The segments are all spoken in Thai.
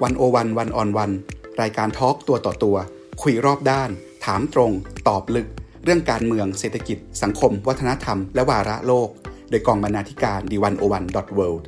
101 วันออนวันรายการทอล์กตัวต่อตัวคุยรอบด้านถามตรงตอบลึกเรื่องการเมืองเศรษฐกิจสังคมวัฒนธรรมและวาระโลกโดยกองบรรณาธิการ the101.world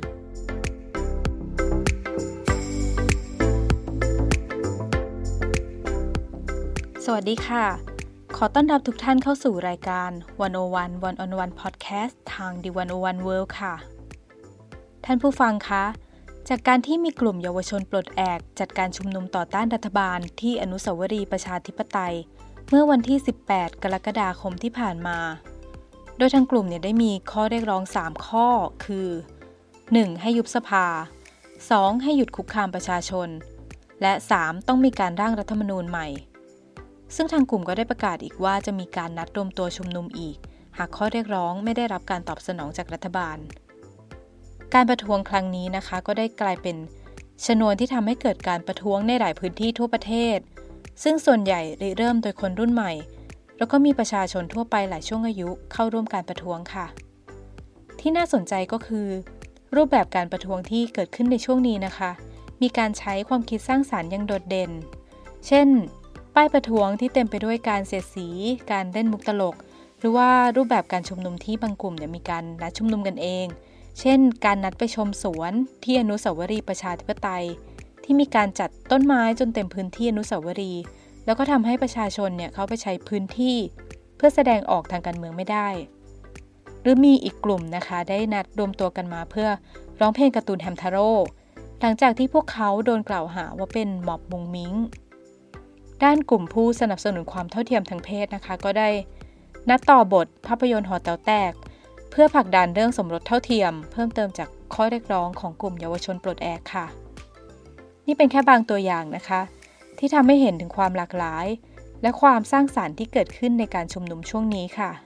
สวัสดีค่ะขอต้อนรับทุกท่านเข้าสู่รายการ101 One on One Podcast ทาง the101world ค่ะท่านผู้ฟังคะจากการที่มีกลุ่มเยาวชนปลดแอกจัดการชุมนุมต่อต้านรัฐบาลที่อนุสาวรีย์ประชาธิปไตยเมื่อวันที่ 18 กรกฎาคมที่ผ่านมาโดยทางกลุ่มได้มีข้อเรียกร้อง 3 ข้อคือ 1. ให้ยุบสภา 2. ให้หยุดคุกคามประชาชนและ 3. ต้องมีการร่างรัฐธรรมนูญใหม่ซึ่งทางกลุ่มก็ได้ประกาศอีกว่าจะมีการนัดรวมตัวชุมนุมอีกหากข้อเรียกร้องไม่ได้รับการตอบสนองจากรัฐบาลการประท้วงครั้งนี้นะคะก็ได้กลายเป็นชนวนที่ทำให้เกิดการประท้วงในหลายพื้นที่ทั่วประเทศซึ่งส่วนใหญ่เริ่มโดยคนรุ่นใหม่แล้วก็มีประชาชนทั่วไปหลายช่วงอายุเข้าร่วมการประท้วงค่ะที่น่าสนใจก็คือรูปแบบการประท้วงที่เกิดขึ้นในช่วงนี้นะคะมีการใช้ความคิดสร้างสรรค์อย่างโดดเด่นเช่นป้ายประท้วงที่เต็มไปด้วยการเสียดสีการเล่นมุกตลกหรือว่ารูปแบบการชุมนุมที่บางกลุ่มมีการนัดชุมนุมกันเองเช่นการนัดไปชมสวนที่อนุสาวรีย์ประชาธิปไตยที่มีการจัดต้นไม้จนเต็มพื้นที่อนุสาวรีย์แล้วก็ทำให้ประชาชนเข้าไปใช้พื้นที่เพื่อแสดงออกทางการเมืองไม่ได้หรือมีอีกกลุ่มนะคะได้นัดรวมตัวกันมาเพื่อร้องเพลงการ์ตูนแฮมทาโร่หลังจากที่พวกเขาโดนกล่าวหาว่าเป็นม็อบมุงมิ้งด้านกลุ่มผู้สนับสนุนความเท่าเทียมทางเพศนะคะก็ได้นัดต่อบทภาพยนตร์หอแต๋วแตกเพื่อผลักดันเรื่องสมรสเท่าเทียมเพิ่มเติมจากข้อเรียกร้องของกลุ่มเยาวชนปลดแอกค่ะนี่เป็นแค่บางตัวอย่างนะคะที่ทำให้เห็นถึงความหลากหลายและความสร้างสรรค์ที่เกิดขึ้นในการชุมนุมช่วงนี้ค่ะ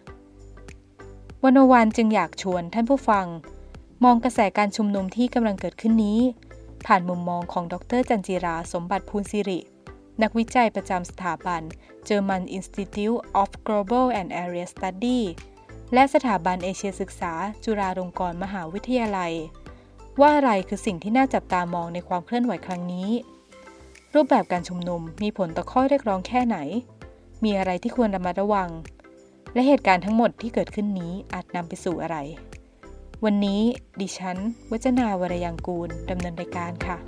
101จึงอยากชวนท่านผู้ฟังมองกระแสการชุมนุมที่กำลังเกิดขึ้นนี้ผ่านมุมมองของดร.จันจิราสมบัติภูลสิรินักวิจัยประจำสถาบัน German Institute of Global and Area Study และสถาบันเอเชียศึกษาจุฬาลงกรณ์มหาวิทยาลัยว่าอะไรคือสิ่งที่น่าจับตามองในความเคลื่อนไหวครั้งนี้รูปแบบการชุมนุมมีผลต่อข้อเรียกร้องแค่ไหนมีอะไรที่ควรระมัดระวังและเหตุการณ์ทั้งหมดที่เกิดขึ้นนี้อาจนำไปสู่อะไรวันนี้ดิฉันวจนาวรยังกูลดำเนินรายการค่ะ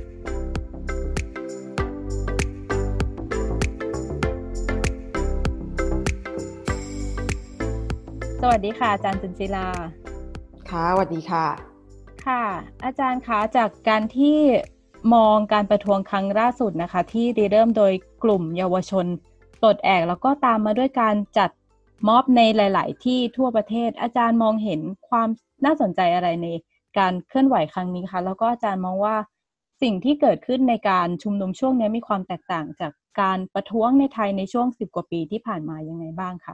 สวัสดีค่ะอาจารย์จันจิราค่ะสวัสดีค่ะค่ะอาจารย์คะจากการที่มองการประท้วงครั้งล่าสุดนะคะที่เริ่มโดยกลุ่มเยาวชนปลดแอกแล้วก็ตามมาด้วยการจัดม็อบในหลายๆที่ทั่วประเทศอาจารย์มองเห็นความน่าสนใจอะไรในการเคลื่อนไหวครั้งนี้คะแล้วก็อาจารย์มองว่าสิ่งที่เกิดขึ้นในการชุมนุมช่วงนี้มีความแตกต่างจากการประท้วงในไทยในช่วง10 กว่าปีที่ผ่านมายังไงบ้างคะ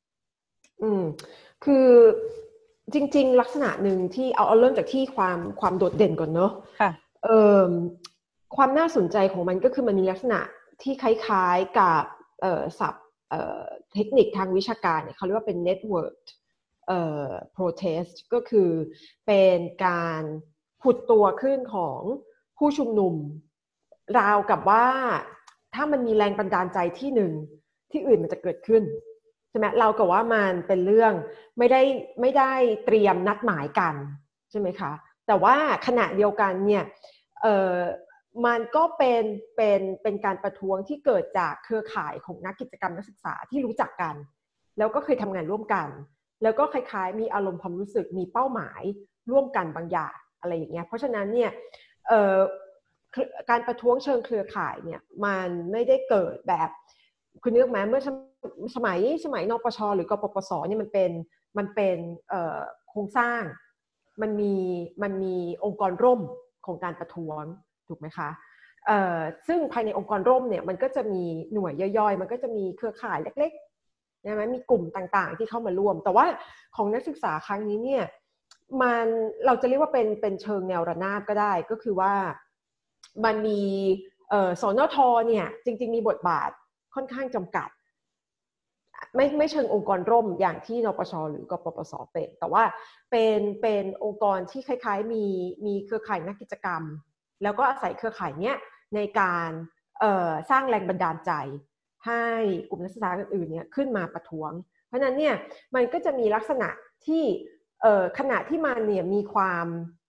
คือจริงๆลักษณะหนึ่งที่เอาเริ่มจากที่ความโดดเด่นก่อนเนอะค่ะความน่าสนใจของมันก็คือมันมีลักษณะที่คล้ายๆกับศัพท์เทคนิคทางวิชาการเนี่ยเขาเรียกว่าเป็น network protest ก็คือเป็นการผุดตัวขึ้นของผู้ชุมนุมราวกับว่าถ้ามันมีแรงบันดาลใจที่หนึ่งที่อื่นมันจะเกิดขึ้นใช่ไหมเรากับว่ามันเป็นเรื่องไม่ได้เตรียมนัดหมายกันใช่ไหมคะแต่ว่าขณะเดียวกันเนี่ยมันก็เป็นการประท้วงที่เกิดจากเครือข่ายของนักกิจกรรมนักศึกษาที่รู้จักกันแล้วก็เคยทำงานร่วมกันแล้วก็คล้ายๆมีอารมณ์ความรู้สึกมีเป้าหมายร่วมกันบางอย่างอะไรอย่างเงี้ยเพราะฉะนั้นเนี่ยการประท้วงเชิงเครือข่ายเนี่ยมันไม่ได้เกิดแบบคุณนึกไหมเมื่อสมัยนปช.หรือกปปส.เนี่ยมันเป็นโครงสร้างมันมีองค์กรร่มของการประท้วงถูกไหมคะซึ่งภายในองค์กรร่มเนี่ยมันก็จะมีหน่วยย่อยๆมันก็จะมีเครือข่ายเล็กๆใช่ไหมมีกลุ่มต่างๆที่เข้ามาร่วมแต่ว่าของนักศึกษาครั้งนี้เนี่ยเราจะเรียกว่าเป็นเชิงแนวระนาบก็ได้ก็คือว่ามันมีสนท.เนี่ยจริงๆมีบทบาทค่อนข้างจำกัดไม่เชิงองค์กรร่มอย่างที่นปช.หรือกปปส.เป็นแต่ว่าเป็นองค์กรที่คล้ายๆมีเครือข่ายนักกิจกรรมแล้วก็อาศัยเครือข่ายเนี้ยในการสร้างแรงบันดาลใจให้กลุ่มนักศึกษาอื่นๆเนี่ยขึ้นมาประท้วงเพราะฉะนั้นเนี่ยมันก็จะมีลักษณะที่ขณะที่มันเนี่ยมีความ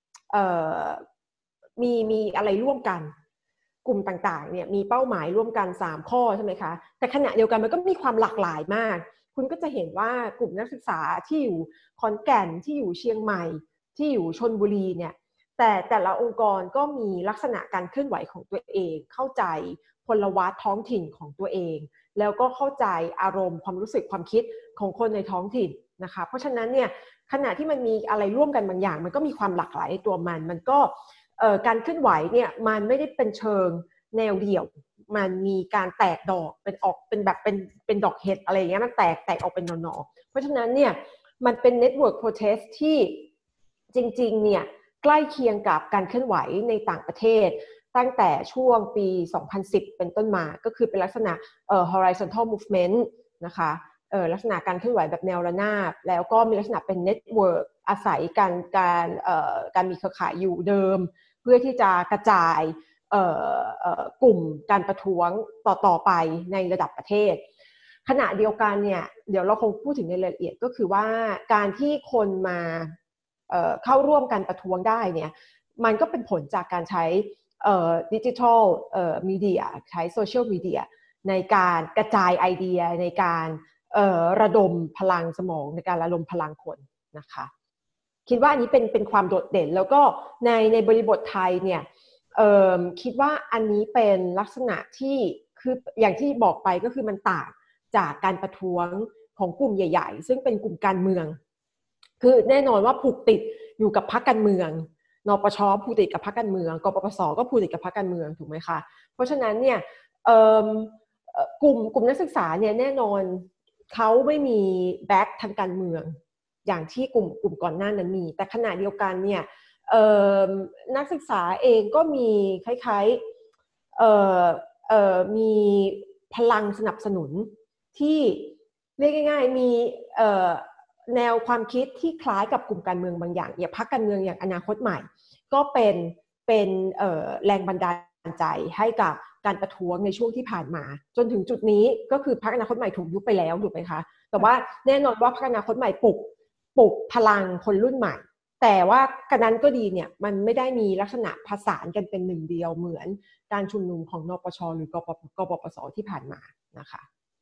มีอะไรร่วมกันกลุ่มต่างๆเนี่ยมีเป้าหมายร่วมกัน3ข้อใช่ไหมคะแต่ขณะเดียวกันมันก็มีความหลากหลายมากคุณก็จะเห็นว่ากลุ่มนักศึกษาที่อยู่ขอนแก่นที่อยู่เชียงใหม่ที่อยู่ชลบุรีเนี่ยแต่ละองค์กรก็มีลักษณะการเคลื่อนไหวของตัวเองเข้าใจพลวัตท้องถิ่นของตัวเองแล้วก็เข้าใจอารมณ์ความรู้สึกความคิดของคนในท้องถิ่นนะคะเพราะฉะนั้นเนี่ยขณะที่มันมีอะไรร่วมกันบางอย่างมันก็มีความหลากหลายในตัวมันก็การเคลื่อนไหวเนี่ยมันไม่ได้เป็นเชิงแนวเดี่ยวมันมีการแตกดอกเป็นออกเป็นแบบเป็นดอกเห็ดอะไรอย่างเงี้ยมันแตกออกเป็นหน่อๆเพราะฉะนั้นเนี่ยมันเป็น network protest ที่จริงๆเนี่ยใกล้เคียงกับการเคลื่อนไหวในต่างประเทศตั้งแต่ช่วงปี 2010 เป็นต้นมาก็คือเป็นลักษณะhorizontal movement นะคะลักษณะการเคลื่อนไหวแบบแนวระนาบแล้วก็มีลักษณะเป็น network อาศัยการมีเครือข่ายอยู่เดิมเพื่อที่จะกระจายกลุ่มการประท้วงต่อไปในระดับประเทศขณะเดียวกันเนี่ยเดี๋ยวเราคงพูดถึงในรายละเอียดก็คือว่าการที่คนมาเข้าร่วมการประท้วงได้เนี่ยมันก็เป็นผลจากการใช้ดิจิทัลมีเดียใช้โซเชียลมีเดียในการกระจายไอเดียในการระดมพลังสมองในการระดมพลังคนนะคะคิดว่าอันนี้เป็นความโดดเด่นแล้วก็ในบริบทไทยเนี่ยคิดว่าอันนี้เป็นลักษณะที่คืออย่างที่บอกไปก็คือมันต่างจากการประท้วงของกลุ่มใหญ่ๆซึ่งเป็นกลุ่มการเมืองคือแน่นอนว่าผูกติดอยู่กับพรรคการเมืองนปช.ผูกติดกับพรรคการเมืองกปปส.ก็ผูกติดกับพรรคการเมืองถูกไหมคะเพราะฉะนั้นเนี่ยกลุ่มนักศึกษาเนี่ยแน่นอนเขาไม่มีแบ็คทางการเมืองอย่างที่กลุ่มก่อนหน้านั้นมีแต่ขณะเดียวกันเนี่ยนักศึกษาเองก็มีคล้ายๆมีพลังสนับสนุนที่เรียกง่ายๆมีแนวความคิดที่คล้ายกับกลุ่มการเมืองบางอย่างอย่างพรรคการเมืองอย่างอนาคตใหม่ก็เป็นแรงบันดาลใจให้กับการประท้วงในช่วงที่ผ่านมาจนถึงจุดนี้ก็คือพรรคอนาคตใหม่ถูกยุบไปแล้วถูกไหมคะแต่ว่าแน่นอนว่าพรรคอนาคตใหม่ปลุกพลังคนรุ่นใหม่แต่ว่ากันนั้นก็ดีเนี่ยมันไม่ได้มีลักษณะผสานกันเป็นหนึ่งเดียวเหมือนการชุมนุมของนปช.หรือกปปส.ที่ผ่านมานะคะ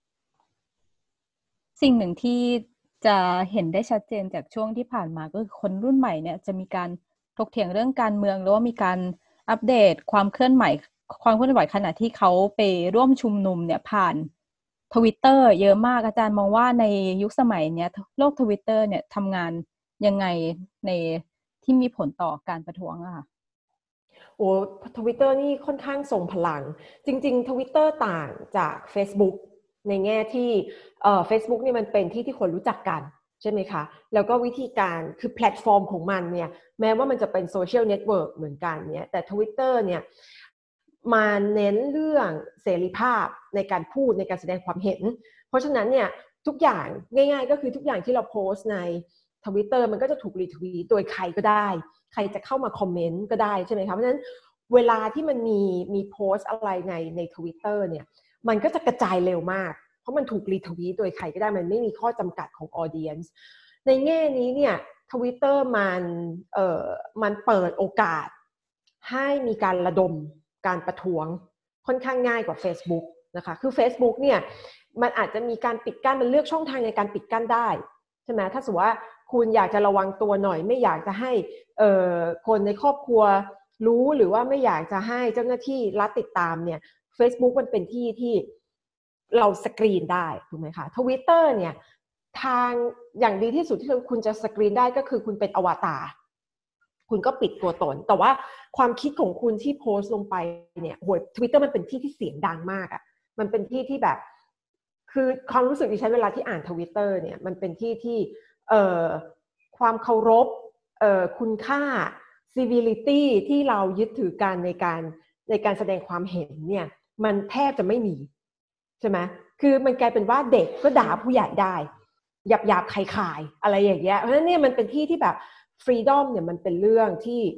สิ่งหนึ่งที่จะเห็นได้ชัดเจนจากช่วงที่ผ่านมาก็คือคนรุ่นใหม่เนี่ยจะมีการถกเถียงเรื่องการเมืองหรือว่ามีการอัปเดตความเคลื่อนไหวขณะที่เขาไปร่วมชุมนุมเนี่ยผ่าน Twitter เยอะมากอาจารย์มองว่าในยุคสมัยเนี้ยโลก Twitter เนี่ยทำงานยังไงในที่มีผลต่อการประท้วงอะค่ะโอ้ Twitter นี่ค่อนข้างทรงพลังจริงๆ Twitter ต่างจาก Facebook ในแง่ที่Facebook นี่มันเป็นที่คนรู้จักกันใช่ไหมคะแล้วก็วิธีการคือแพลตฟอร์มของมันเนี่ยแม้ว่ามันจะเป็นโซเชียลเน็ตเวิร์กเหมือนกันเนี่ยแต่ Twitter เนี่ยมาเน้นเรื่องเสรีภาพในการพูดในการแสดงความเห็นเพราะฉะนั้นเนี่ยทุกอย่างง่ายๆก็คือทุกอย่างที่เราโพสต์ใน Twitter มันก็จะถูกรีทวีตโดยใครก็ได้ใครจะเข้ามาคอมเมนต์ก็ได้ใช่ไหมคะเพราะฉะนั้นเวลาที่มันมีโพสต์อะไรใน Twitter เนี่ยมันก็จะกระจายเร็วมากเพราะมันถูกรีทวีตโดยใครก็ได้มันไม่มีข้อจำกัดของ audience ในแง่นี้เนี่ย Twitter มันเปิดโอกาสให้มีการระดมการประท้วงค่อนข้างง่ายกว่า Facebook นะคะคือ Facebook เนี่ยมันอาจจะมีการปิดกั้นมันเลือกช่องทางในการปิดกั้นได้ใช่ไหมถ้าสมมติว่าคุณอยากจะระวังตัวหน่อยไม่อยากจะให้คนในครอบครัวรู้หรือว่าไม่อยากจะให้เจ้าหน้าที่รัฐติดตามเนี่ย Facebook มันเป็นที่เราสกรีนได้ถูกไหมคะ Twitter เนี่ยทางอย่างดีที่สุดที่คุณจะสกรีนได้ก็คือคุณเป็นอวตารคุณก็ปิดตัวตนแต่ว่าความคิดของคุณที่โพสต์ลงไปเนี่ยโหย Twitter มันเป็นที่เสียงดังมากอ่ะมันเป็นที่แบบคือความรู้สึกดิฉันเวลาที่อ่าน Twitter เนี่ยมันเป็นที่ความเคารพคุณค่า civility ที่เรายึดถือกันในการแสดงความเห็นเนี่ยมันแทบจะไม่มีใช่ไหมคือมันกลายเป็นว่าเด็กก็ด่าผู้ใหญ่ได้หยาบๆคายๆอะไรอย่างเงี้ยเพราะฉะนั้นเนี่ยมันเป็นที่ที่แบบ freedom เนี่ยมันเป็นเรื่องที่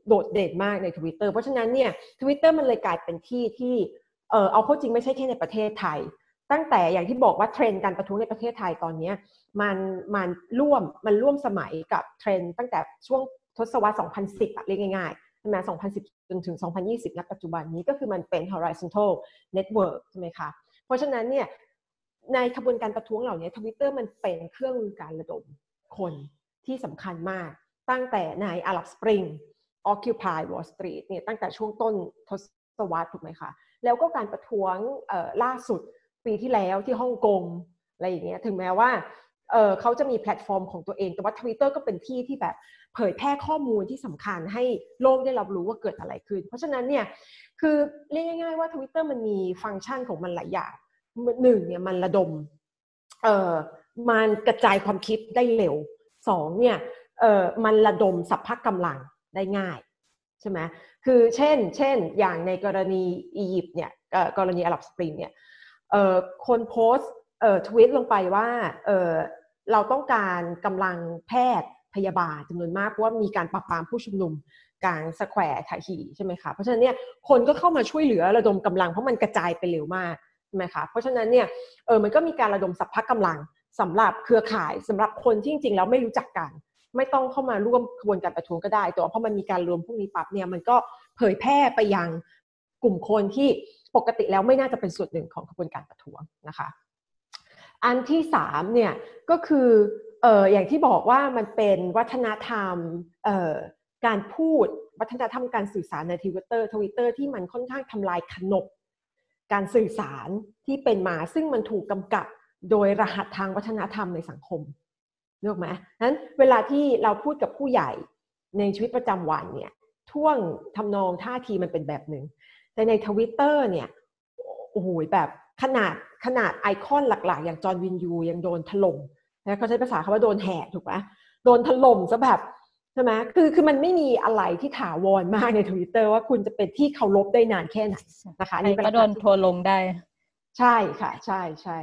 โดดเด่นมากใน Twitter เพราะฉะนั้นเนี่ย Twitter มันเลยกลายเป็นที่ที่เอาเข้าจริงไม่ใช่แค่ในประเทศไทยตั้งแต่อย่างที่บอกว่าเทรนด์การประท้วงในประเทศไทยตอนนี้มันร่วมสมัยกับเทรนด์ตั้งแต่ช่วงทศวรรษ 2010 เรียกง่ายๆใช่ไหม 2010 จนถึง 2020 ณ ปัจจุบันนี้ก็คือมันเป็น horizontal network ใช่ไหมคะเพราะฉะนั้นเนี่ยในขบวนการประท้วงเหล่านี้ Twitter มันเป็นเครื่องมือการระดมคนที่สำคัญมากตั้งแต่ในอาหรับสปริง Occupy Wall Street เนี่ยตั้งแต่ช่วงต้นทศวรรษถูกไหมคะแล้วก็การประท้วงล่าสุดปีที่แล้วที่ฮ่องกงอะไรอย่างเงี้ยถึงแม้ว่าเขาจะมีแพลตฟอร์มของตัวเองแต่ว่า Twitter ก็เป็นที่ที่แบบเผยแพร่ข้อมูลที่สำคัญให้โลกได้รับรู้ว่าเกิดอะไรขึ้นเพราะฉะนั้นเนี่ยคือเรียกง่ายๆว่า Twitter มันมีฟังก์ชันของมันหลายอย่างหนึ่งเนี่ยมันระดมมันกระจายความคิดได้เร็วสองเนี่ยมันระดมสรรพกำลังได้ง่ายใช่ไหมคือเช่นอย่างในกรณีอียิปต์เนี่ยกรณีอาหรับสปริงเนี่ยคนโพสต์ทวีตลงไปว่าเราต้องการกำลังแพทย์พยาบาลจำนวนมากเพราะว่ามีการปราบปรามผู้ชุมนุมกลางสแควร์ไทฮีใช่ไหมคะเพราะฉะนั้นเนี่ยคนก็เข้ามาช่วยเหลือระดมกำลังเพราะมันกระจายไปเร็วมากใช่ไหมคะเพราะฉะนั้นเนี่ยมันก็มีการระดมสรรพกำลังสำหรับเครือข่ายสำหรับคนที่จริงๆแล้วไม่รู้จักกันไม่ต้องเข้ามาร่วมขบวนการประท้วงก็ได้แต่ว่าพอมันมีการรวมพวกนี้ปั๊บเนี่ยมันก็เผยแพร่ไปยังกลุ่มคนที่ปกติแล้วไม่น่าจะเป็นส่วนหนึ่งของขบวนการประท้วงนะคะอันที่3เนี่ยก็คืออย่างที่บอกว่ามันเป็นวัฒนธรรมการพูดวัฒนธรรมการสื่อสารในทวิตเตอร์ที่มันค่อนข้างทำลายขนบการสื่อสารที่เป็นมาซึ่งมันถูกกำกับโดยรหัสทางวัฒนธรรมในสังคมนึกออกไหมนั้นเวลาที่เราพูดกับผู้ใหญ่ในชีวิตประจำวันเนี่ยท่วงทำนองท่าทีมันเป็นแบบหนึ่งแต่ใน Twitter เนี่ยโอ้โหแบบขนาดไอคอนหลักๆอย่างจอห์นวินยูยังโดนถล่มนะเขาใช้ภาษาคำว่าโดนแหกถูกไหมโดนถล่มซะแบบใช่ไหมคือมันไม่มีอะไรที่ถาวรมากใน Twitter ว่าคุณจะเป็นที่เคารพได้นานแค่ไหนนะคะนี่ก็โดนทัวลงได้ใช่ค่ะใช่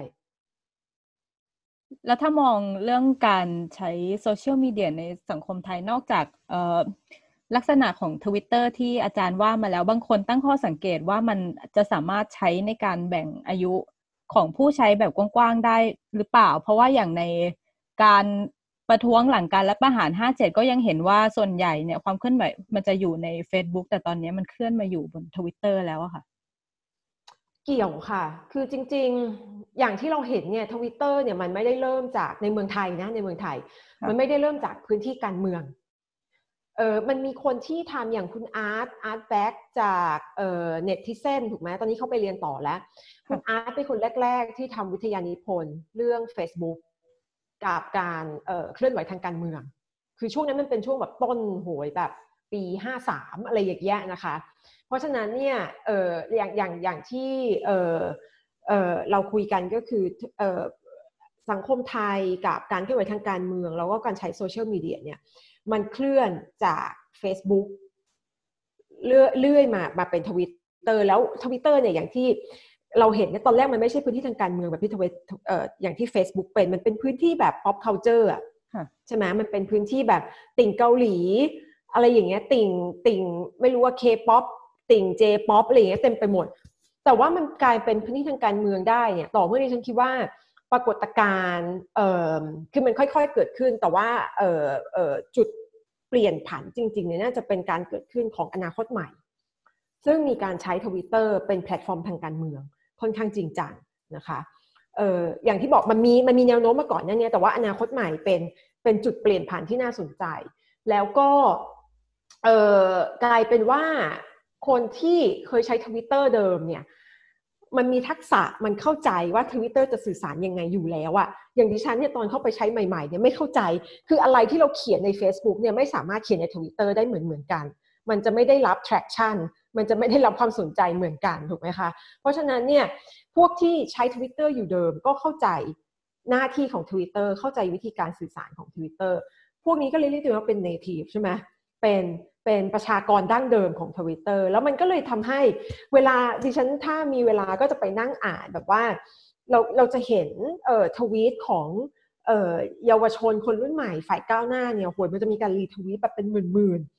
แล้วถ้ามองเรื่องการใช้โซเชียลมีเดียในสังคมไทยนอกจากลักษณะของ Twitter ที่อาจารย์ว่ามาแล้วบางคนตั้งข้อสังเกตว่ามันจะสามารถใช้ในการแบ่งอายุของผู้ใช้แบบกว้างๆได้หรือเปล่าเพราะว่าอย่างในการประท้วงหลังการรัฐประหาร 57 ก็ยังเห็นว่าส่วนใหญ่เนี่ยความเคลื่อนไหวมันจะอยู่ใน Facebook แต่ตอนนี้มันเคลื่อนมาอยู่บน Twitter แล้วอะค่ะเกี่ยวค่ะคือจริงๆอย่างที่เราเห็นเนี่ย Twitter เนี่ยมันไม่ได้เริ่มจากในเมืองไทยนะในเมืองไทยมันไม่ได้เริ่มจากพื้นที่การเมืองมันมีคนที่ทำอย่างคุณอาร์ตแบ็กจากเน็ตทิเซนถูกไหมตอนนี้เขาไปเรียนต่อแล้วคุณอาร์ตเป็นคนแรกๆที่ทำวิทยานิพนธ์เรื่อง Facebook กับการเคลื่อนไหวทางการเมืองคือช่วงนั้นมันเป็นช่วงแบบต้นโหยแบบปี53อะไรอย่างเงี้ยนะคะเพราะฉะนั้นเนี่ยอย่างที่เราคุยกันก็คือสังคมไทยกับการเคลื่อนไหวทางการเมืองแล้วก็การใช้โซเชียลมีเดียเนี่ยมันเคลื่อนจาก Facebook เลื่อยมาเป็น Twitter แล้ว Twitter เนี่ยอย่างที่เราเห็นเนี่ยตอนแรกมันไม่ใช่พื้นที่ทางการเมืองแบบที่อย่างที่ Facebook มันเป็นพื้นที่แบบ pop culture อ่ะใช่ไหมมันเป็นพื้นที่แบบติ่งเกาหลีอะไรอย่างเงี้ยติ่งไม่รู้ว่า K-pop ติ่ง J-pop อะไรอย่างเงี้ยเต็มไปหมดแต่ว่ามันกลายเป็นพื้นที่ทางการเมืองได้เนี่ยต่อเมื่อที่ฉันคิดว่าปรากฏการณ์คือมันค่อยๆเกิดขึ้นแต่ว่าจุดเปลี่ยนผันจริงๆเนี่ยน่าจะเป็นการเกิดขึ้นของอนาคตใหม่ซึ่งมีการใช้ Twitter เป็นแพลตฟอร์มทางการเมืองค่อนข้างจริงจังนะคะอย่างที่บอกมันมีแนวโน้มมาก่อนเนี่ยแต่ว่าอนาคตใหม่เป็นจุดเปลี่ยนผันที่น่าสนใจแล้วก็กลายเป็นว่าคนที่เคยใช้ Twitter เดิมเนี่ยมันมีทักษะมันเข้าใจว่า Twitter จะสื่อสารยังไงอยู่แล้วอะอย่างดิฉันเนี่ยตอนเข้าไปใช้ใหม่ๆเนี่ยไม่เข้าใจคืออะไรที่เราเขียนใน Facebook เนี่ยไม่สามารถเขียนใน Twitter ได้เหมือนกันมันจะไม่ได้รับ traction มันจะไม่ได้รับความสนใจเหมือนกันถูกไหมคะเพราะฉะนั้นเนี่ยพวกที่ใช้ Twitter อยู่เดิมก็เข้าใจหน้าที่ของ Twitter เข้าใจวิธีการสื่อสารของ Twitter พวกนี้ก็เรียกว่าเป็น native ใช่ไหมเป็นประชากรดั้งเดิมของ Twitter แล้วมันก็เลยทำให้เวลาดิฉันถ้ามีเวลาก็จะไปนั่งอ่านแบบว่าเราจะเห็นทวีตของเยาวชนคนรุ่นใหม่ฝ่ายก้าวหน้าเนี่ยโหยมันจะมีการรีทวีตแบบเป็นหมื่น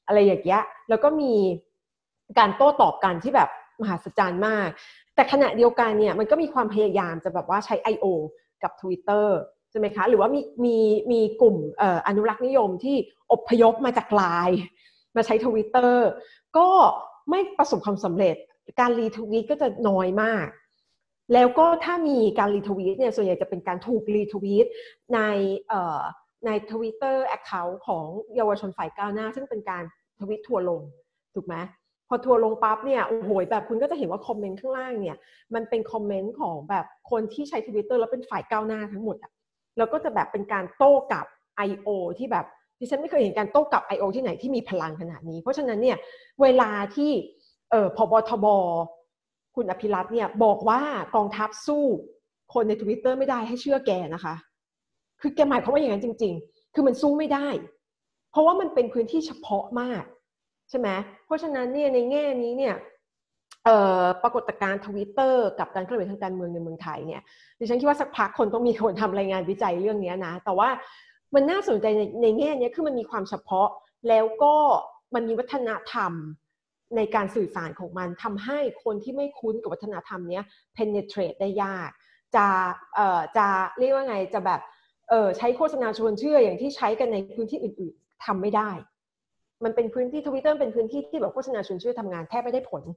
อะไรอย่างเงี้ยแล้วก็มีการโต้ตอบกันที่แบบมหัศจรรย์มากแต่ขณะเดียวกันเนี่ยมันก็มีความพยายามจะแบบว่าใช้ I.O. กับ Twitter ใช่ไหมคะหรือว่ามีกลุ่มอนุรักษ์นิยมที่อพยพมาจากไลน์มาใช้ Twitter ก็ไม่ประสบความสำเร็จการรีทวีตก็จะน้อยมากแล้วก็ถ้ามีการรีทวีตเนี่ยส่วนใหญ่จะเป็นการถูกรีทวีตใน Twitter Account ของเยาวชนฝ่ายก้าวหน้าซึ่งเป็นการทวีตทัวร์ลงถูกไหมพอทัวร์ลงปั๊บเนี่ยโอ้โหแบบคุณก็จะเห็นว่าคอมเมนต์ข้างล่างเนี่ยมันเป็นคอมเมนต์ของแบบคนที่ใช้ Twitter แล้วเป็นฝ่ายก้าวหน้าทั้งหมดอ่ะแล้วก็จะแบบเป็นการโต้กับ I.O. ที่แบบดิฉันไม่เคยเห็นการโต้กับ I.O. ที่ไหนที่มีพลังขนาดนี้เพราะฉะนั้นเนี่ยเวลาที่ผบ.ทบ.คุณอภิรัตน์เนี่ยบอกว่ากองทัพสู้คนใน Twitter ไม่ได้ให้เชื่อแกนะคะคือแกหมายความว่าอย่างนั้นจริงๆคือมันสู้ไม่ได้เพราะว่ามันเป็นพื้นที่เฉพาะมากใช่ไหมเพราะฉะนั้นเนี่ยในแง่นี้เนี่ยปรากฏการณ์ Twitter กับการเคลื่อนไหวทางการเมืองในเมืองไทยเนี่ยดิฉันคิดว่าสักพักคนต้องมีคนทำรายงานวิจัยเรื่องนี้นะแต่ว่ามันน่าสนใจในแง่นี้คือมันมีความเฉพาะแล้วก็มันมีวัฒนธรรมในการสื่อสารของมันทำให้คนที่ไม่คุ้นกับวัฒนธรรมนี้ penetrate ได้ยากจะเรียกว่าไงจะแบบใช้โฆษณาชวนเชื่ออย่างที่ใช้กันในพื้นที่อื่นๆทำไม่ได้มันเป็นพื้นที่ Twitter เป็นพื้นที่ที่แบบโฆษณาชวนเชื่อทำงานแทบไม่ได้ผล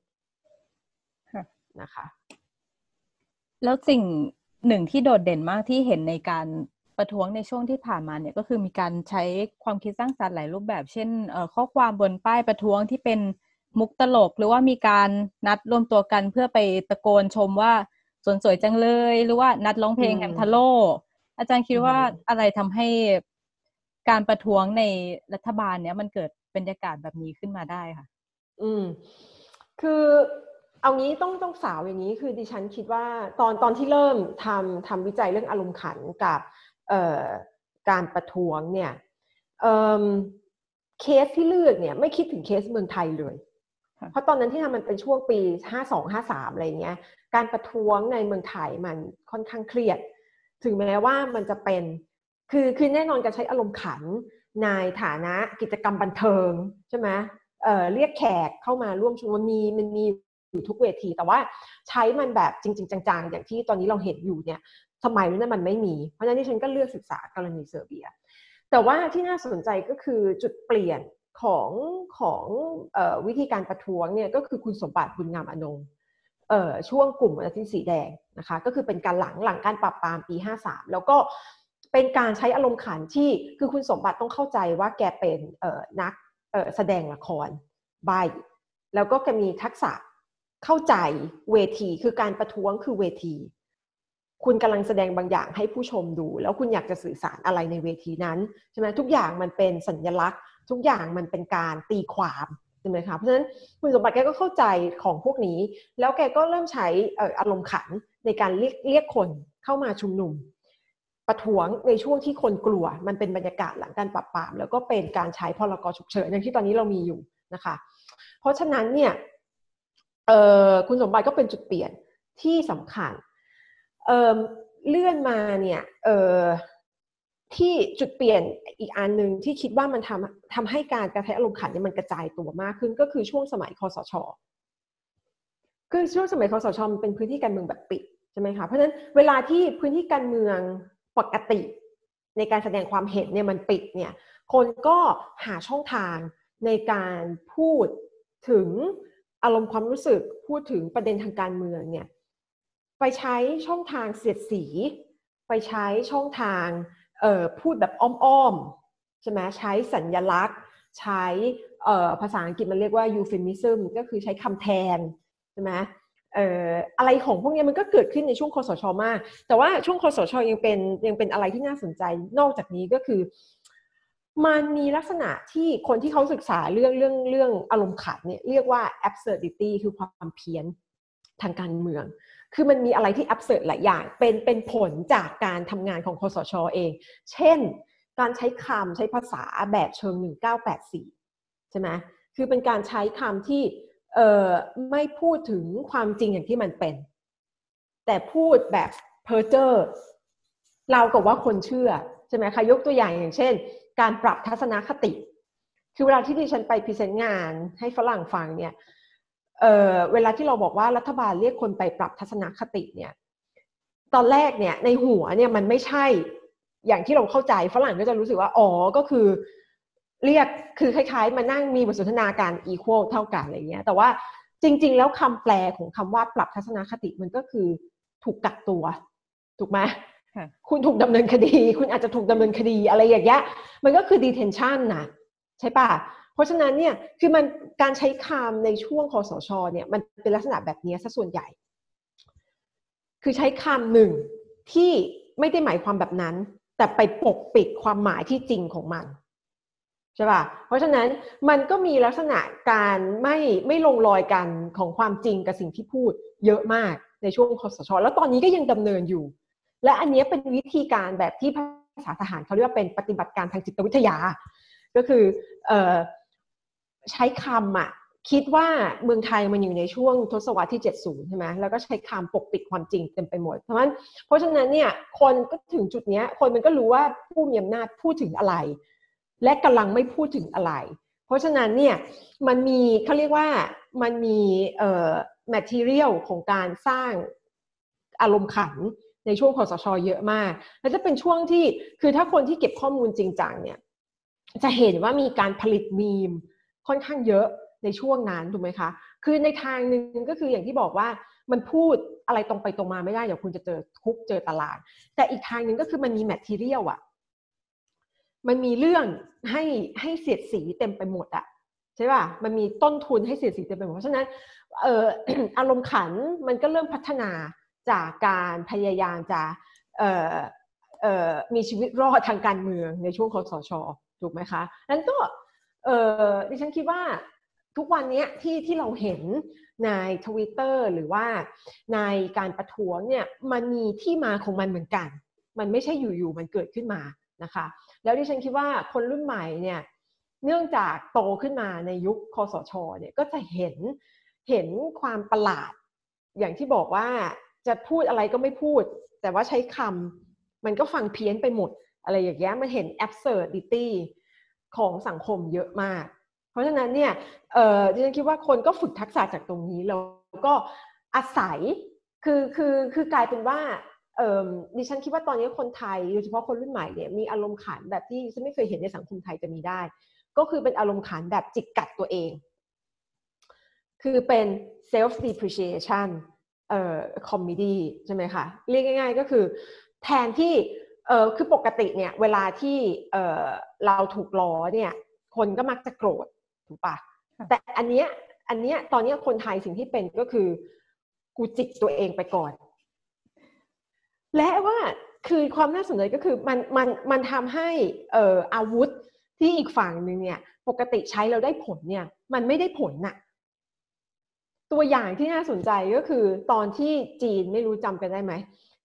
นะคะแล้วสิ่งหนึ่งที่โดดเด่นมากที่เห็นในการประท้วงในช่วงที่ผ่านมาเนี่ยก็คือมีการใช้ความคิดสร้างสรรค์หลายรูปแบบเช่นข้อความบนป้ายประท้วงที่เป็นมุกตลกหรือว่ามีการนัดรวมตัวกันเพื่อไปตะโกนชมว่าสวนสวยจังเลยหรือว่านัดร้องเพลงแฮมทาโร่อาจารย์คิดว่าอะไรทำให้การประท้วงในรัฐบาลเนี้ยมันเกิดบรรยากาศแบบนี้ขึ้นมาได้ค่ะคือเอางี้ต้องสาวอย่างนี้คือดิฉันคิดว่าตอนที่เริ่มทำวิจัยเรื่องอารมณ์ขันกับการประท้วงเนี่ยเคสที่เลือกเนี่ยไม่คิดถึงเคสเมืองไทยเลยเพราะตอนนั้นที่ทำมันเป็นช่วงปี52-53อะไรเงี้ยการประท้วงในเมืองไทยมันค่อนข้างเครียดถึงแม้ว่ามันจะเป็นคือแน่นอนการใช้อารมณ์ขันในฐานะกิจกรรมบันเทิงใช่ไหมเรียกแขกเข้ามาร่วมชุมนุมมันมีอยู่ทุกเวทีแต่ว่าใช้มันแบบจริงๆจังๆอย่างที่ตอนนี้เราเห็นอยู่เนี่ยสมัยนั้นมันไม่มีเพราะฉะนั้นที่ฉันก็เลือกศึกษากรณีเซอร์เบียแต่ว่าที่น่าสนใจก็คือจุดเปลี่ยนของวิธีการประท้วงเนี่ยก็คือคุณสมบัติบุญงามอนงค์ช่วงกลุ่มวันอาทิตย์สีแดงนะคะก็คือเป็นการหลังการปราบปรามปี53แล้วก็เป็นการใช้อารมณ์ขันที่คือคุณสมบัติต้องเข้าใจว่าแกเป็นนักแสดงละครใบแล้วก็แกมีทักษะเข้าใจเวทีคือการประท้วงคือเวทีคุณกำลังแสดงบางอย่างให้ผู้ชมดูแล้วคุณอยากจะสื่อสารอะไรในเวทีนั้นใช่ไหมทุกอย่างมันเป็นสัญลักษณ์ทุกอย่างมันเป็นการตีความใช่ไหมคะเพราะฉะนั้นคุณสมบัติแกก็เข้าใจของพวกนี้แล้วแกก็เริ่มใช้อารมณ์ขันในการเรียกคนเข้ามาชุมนุมประท้วงในช่วงที่คนกลัวมันเป็นบรรยากาศหลังการปราบปรามแล้วก็เป็นการใช้พรก.ฉุกเฉินอย่างที่ตอนนี้เรามีอยู่นะคะเพราะฉะนั้นเนี่ยคุณสมบัติก็เป็นจุดเปลี่ยนที่สำคัญเลื่อนมาเนี่ยที่จุดเปลี่ยนอีกอันนึงที่คิดว่ามันทำให้การกระแทกอารมณ์ขันเนี่ยมันกระจายตัวมากขึ้นก็คือช่วงสมัยคสช.คือช่วงสมัยคสช.มันเป็นพื้นที่การเมืองแบบปิดใช่ไหมคะเพราะฉะนั้นเวลาที่พื้นที่การเมืองปกติในการแสดงความเห็นเนี่ยมันปิดเนี่ยคนก็หาช่องทางในการพูดถึงอารมณ์ความรู้สึกพูดถึงประเด็นทางการเมืองเนี่ยไปใช้ช่องทางเสียดสีไปใช้ช่องทางพูดแบบอ้อมๆใช่ไหมใช้สัญลักษณ์ใช้ภาษาอังกฤษมันเรียกว่า euphemism ก็คือใช้คำแทนใช่ไหมอะไรของพวกนี้มันก็เกิดขึ้นในช่วงคสช.มากแต่ว่าช่วงคสช.ยังเป็นอะไรที่น่าสนใจนอกจากนี้ก็คือมันมีลักษณะที่คนที่เขาศึกษาเรื่องอารมณ์ขันเนี่ยเรียกว่า absurdity คือความเพี้ยนทางการเมืองคือมันมีอะไรที่ absurd หลายอย่างเป็นผลจากการทำงานของคสช.เองเช่นการใช้คำใช้ภาษาแบบเชิง1984ใช่ไหมคือเป็นการใช้คำที่ไม่พูดถึงความจริงอย่างที่มันเป็นแต่พูดแบบเพ้อเจ้อเรากับว่าคนเชื่อใช่ไหมคะยกตัวอย่างเช่นการปรับทัศนคติคือเวลาที่ดิฉันไปพรีเซนต์งานให้ฝรั่งฟังเนี่ยเวลาที่เราบอกว่ารัฐบาลเรียกคนไปปรับทัศนคติเนี่ยตอนแรกเนี่ยในหัวเนี่ยมันไม่ใช่อย่างที่เราเข้าใจฝรั่งก็จะรู้สึกว่าอ๋อก็คือเรียกคือคล้ายๆมานั่งมีบทสนทนาการ equal เท่ากันอะไรเงี้ยแต่ว่าจริงๆแล้วคำแปลของคำว่าปรับทัศนคติมันก็คือถูกกักตัวถูกไหมคุณถูกดำเนินคดีคุณอาจจะถูกดำเนินคดีอะไรอย่างเงี้ยมันก็คือ detention นะใช่ป่ะเพราะฉะนั้นเนี่ยคือมันการใช้คำในช่วงคสช.เนี่ยมันเป็นลักษณะแบบนี้ซะส่วนใหญ่คือใช้คำหนึ่งที่ไม่ได้หมายความแบบนั้นแต่ไปปกปิดความหมายที่จริงของมันใช่ป่ะเพราะฉะนั้นมันก็มีลักษณะการไม่ลงรอยกันของความจริงกับสิ่งที่พูดเยอะมากในช่วงคสช.แล้วตอนนี้ก็ยังดำเนินอยู่และอันนี้เป็นวิธีการแบบที่ภาษาทหารเขาเรียกว่าเป็นปฏิบัติการทางจิตวิทยาก็คือใช้คำคิดว่าเมืองไทยมันอยู่ในช่วงทศวรรษที่70ใช่ไหมแล้วก็ใช้คำปกปิดความจริงเต็มไปหมดเพราะฉะนั้นเนี่ยคนก็ถึงจุดนี้คนมันก็รู้ว่าผู้มีอำนาจพูดถึงอะไรและกำลังไม่พูดถึงอะไรเพราะฉะนั้นเนี่ยมันมีเขาเรียกว่ามันมีmaterial ของการสร้างอารมณ์ขันในช่วงคสช.เยอะมากและจะเป็นช่วงที่คือถ้าคนที่เก็บข้อมูลจริงจังเนี่ยจะเห็นว่ามีการผลิตมีมค่อนข้างเยอะในช่วงนั้นถูกไหมคะคือในทางนึงก็คืออย่างที่บอกว่ามันพูดอะไรตรงไปตรงมาไม่ได้เดี๋ยวคุณจะเจอคุกเจอตลาดแต่อีกทางนึงก็คือมันมีแมททีเรียลมันมีเรื่องให้เสียดสีเต็มไปหมดใช่ป่ะมันมีต้นทุนให้เสียดสีเต็มไปหมดเพราะฉะนั้นอารมณ์ขันมันก็เริ่มพัฒนาจากการพยายามจะมีชีวิตรอดทางการเมืองในช่วงคสช.ถูกไหมคะนั้นก็ดิฉันคิดว่าทุกวันนี้ที่เราเห็นใน Twitter หรือว่าในการประท้วงเนี่ยมันมีที่มาของมันเหมือนกันมันไม่ใช่อยู่ๆมันเกิดขึ้นมานะคะแล้วดิฉันคิดว่าคนรุ่นใหม่เนี่ยเนื่องจากโตขึ้นมาในยุคคสช.เนี่ยก็จะเห็นความประหลาดอย่างที่บอกว่าจะพูดอะไรก็ไม่พูดแต่ว่าใช้คำมันก็ฟังเพี้ยนไปหมดอะไรอย่างเงี้ยมันเห็น absurdity ของสังคมเยอะมากเพราะฉะนั้นเนี่ยดิฉันคิดว่าคนก็ฝึกทักษะจากตรงนี้แล้วก็อาศัยคือกลายเป็นว่าดิฉันคิดว่าตอนนี้คนไทยโดยเฉพาะคนรุ่นใหม่เนี่ยมีอารมณ์ขันแบบที่ฉันไม่เคยเห็นในสังคมไทยจะมีได้ก็คือเป็นอารมณ์ขันแบบจิกกัดตัวเองคือเป็น self depreciation comedy ใช่ไหมคะเรียกง่ายๆก็คือแทนที่คือปกติเนี่ยเวลาที่เราถูกล้อเนี่ยคนก็มักจะโกรธถูกปะแต่อันเนี้ยตอนนี้คนไทยสิ่งที่เป็นก็คือกูจิกตัวเองไปก่อนและว่าคือความน่าสนใจก็คือมันทำให้อาวุธที่อีกฝั่งนึงเนี่ยปกติใช้แล้วได้ผลเนี่ยมันไม่ได้ผลน่ะตัวอย่างที่น่าสนใจก็คือตอนที่จีนไม่รู้จำกันได้ไหม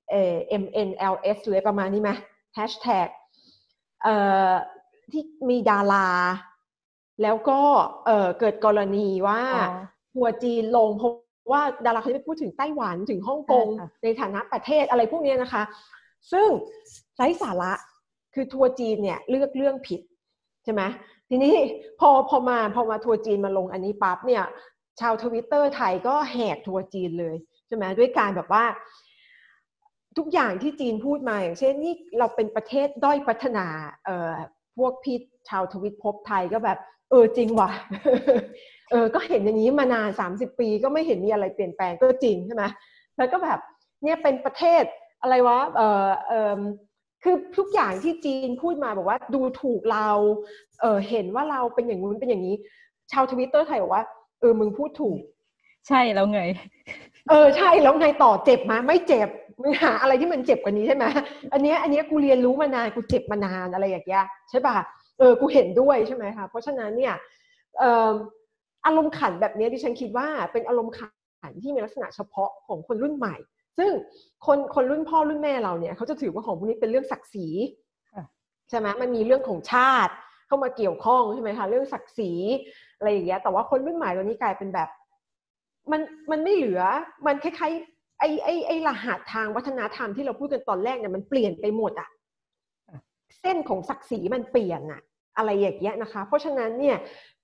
MNLS หรือประมาณนี้ไหมแฮชแท็กที่มีดาราแล้วก็เกิดกรณีว่าทัวร์จีนลงเพราะว่าดาราเขาไปพูดถึงไต้หวันถึงฮ่องกงในฐานะประเทศอะไรพวกนี้นะคะซึ่งไร้สาระคือทัวร์จีนเนี่ยเลือกเรื่องผิดใช่ไหมทีนี้พอมาทัวร์จีนมาลงอันนี้ปั๊บเนี่ยชาว Twitter ไทยก็แหกทัวร์จีนเลยใช่ไหมด้วยการแบบว่าทุกอย่างที่จีนพูดมาอย่างเช่นนี่เราเป็นประเทศด้อยพัฒนาพวกพี่ชาวทวิตภพไทยก็แบบจริงว่ะก็เห็นอย่างนี้มานาน30 ปีก็ไม่เห็นมีอะไรเปลี่ยนแปลงก็จริงใช่ไหมแล้วก็แบบเนี่ยเป็นประเทศอะไรวะคือทุกอย่างที่จีนพูดมาบอกว่าดูถูกเราเห็นว่าเราเป็นอย่างนู้นเป็นอย่างนี้ชาวทวิตเตอร์ไทยบอกว่ามึงพูดถูกใช่แล้วไงใช่แล้วไงต่อเจ็บมาไม่เจ็บมึงหาอะไรที่มันเจ็บกว่านี้ใช่ไหมอันเนี้ยกูเรียนรู้มานานกูเจ็บมานานอะไรอย่างเงี้ยใช่ป่ะกูเห็นด้วยใช่ไหมคะเพราะฉะนั้นเนี่ยอารมณ์ขันแบบนี้ดิฉันคิดว่าเป็นอารมณ์ขันที่มีลักษณะเฉพาะของคนรุ่นใหม่ซึ่งคนรุ่นพ่อรุ่นแม่เราเนี่ยเขาจะถือว่าของพวกนี้เป็นเรื่องศักดิ์ศรีใช่ไหมมันมีเรื่องของชาติเข้ามาเกี่ยวข้องใช่ไหมคะเรื่องศักดิ์ศรีอะไรอย่างเงี้ยแต่ว่าคนรุ่นใหม่ตอนนี้กลายเป็นแบบมันไม่เหลือมันคล้ายๆไอ้รหัสทางวัฒนธรรมที่เราพูดกันตอนแรกเนี่ยมันเปลี่ยนไปหมดเส้นของศักดิ์ศรีมันเปลี่ยนอะไรอย่างเงี้ยนะคะเพราะฉะนั้นเนี่ย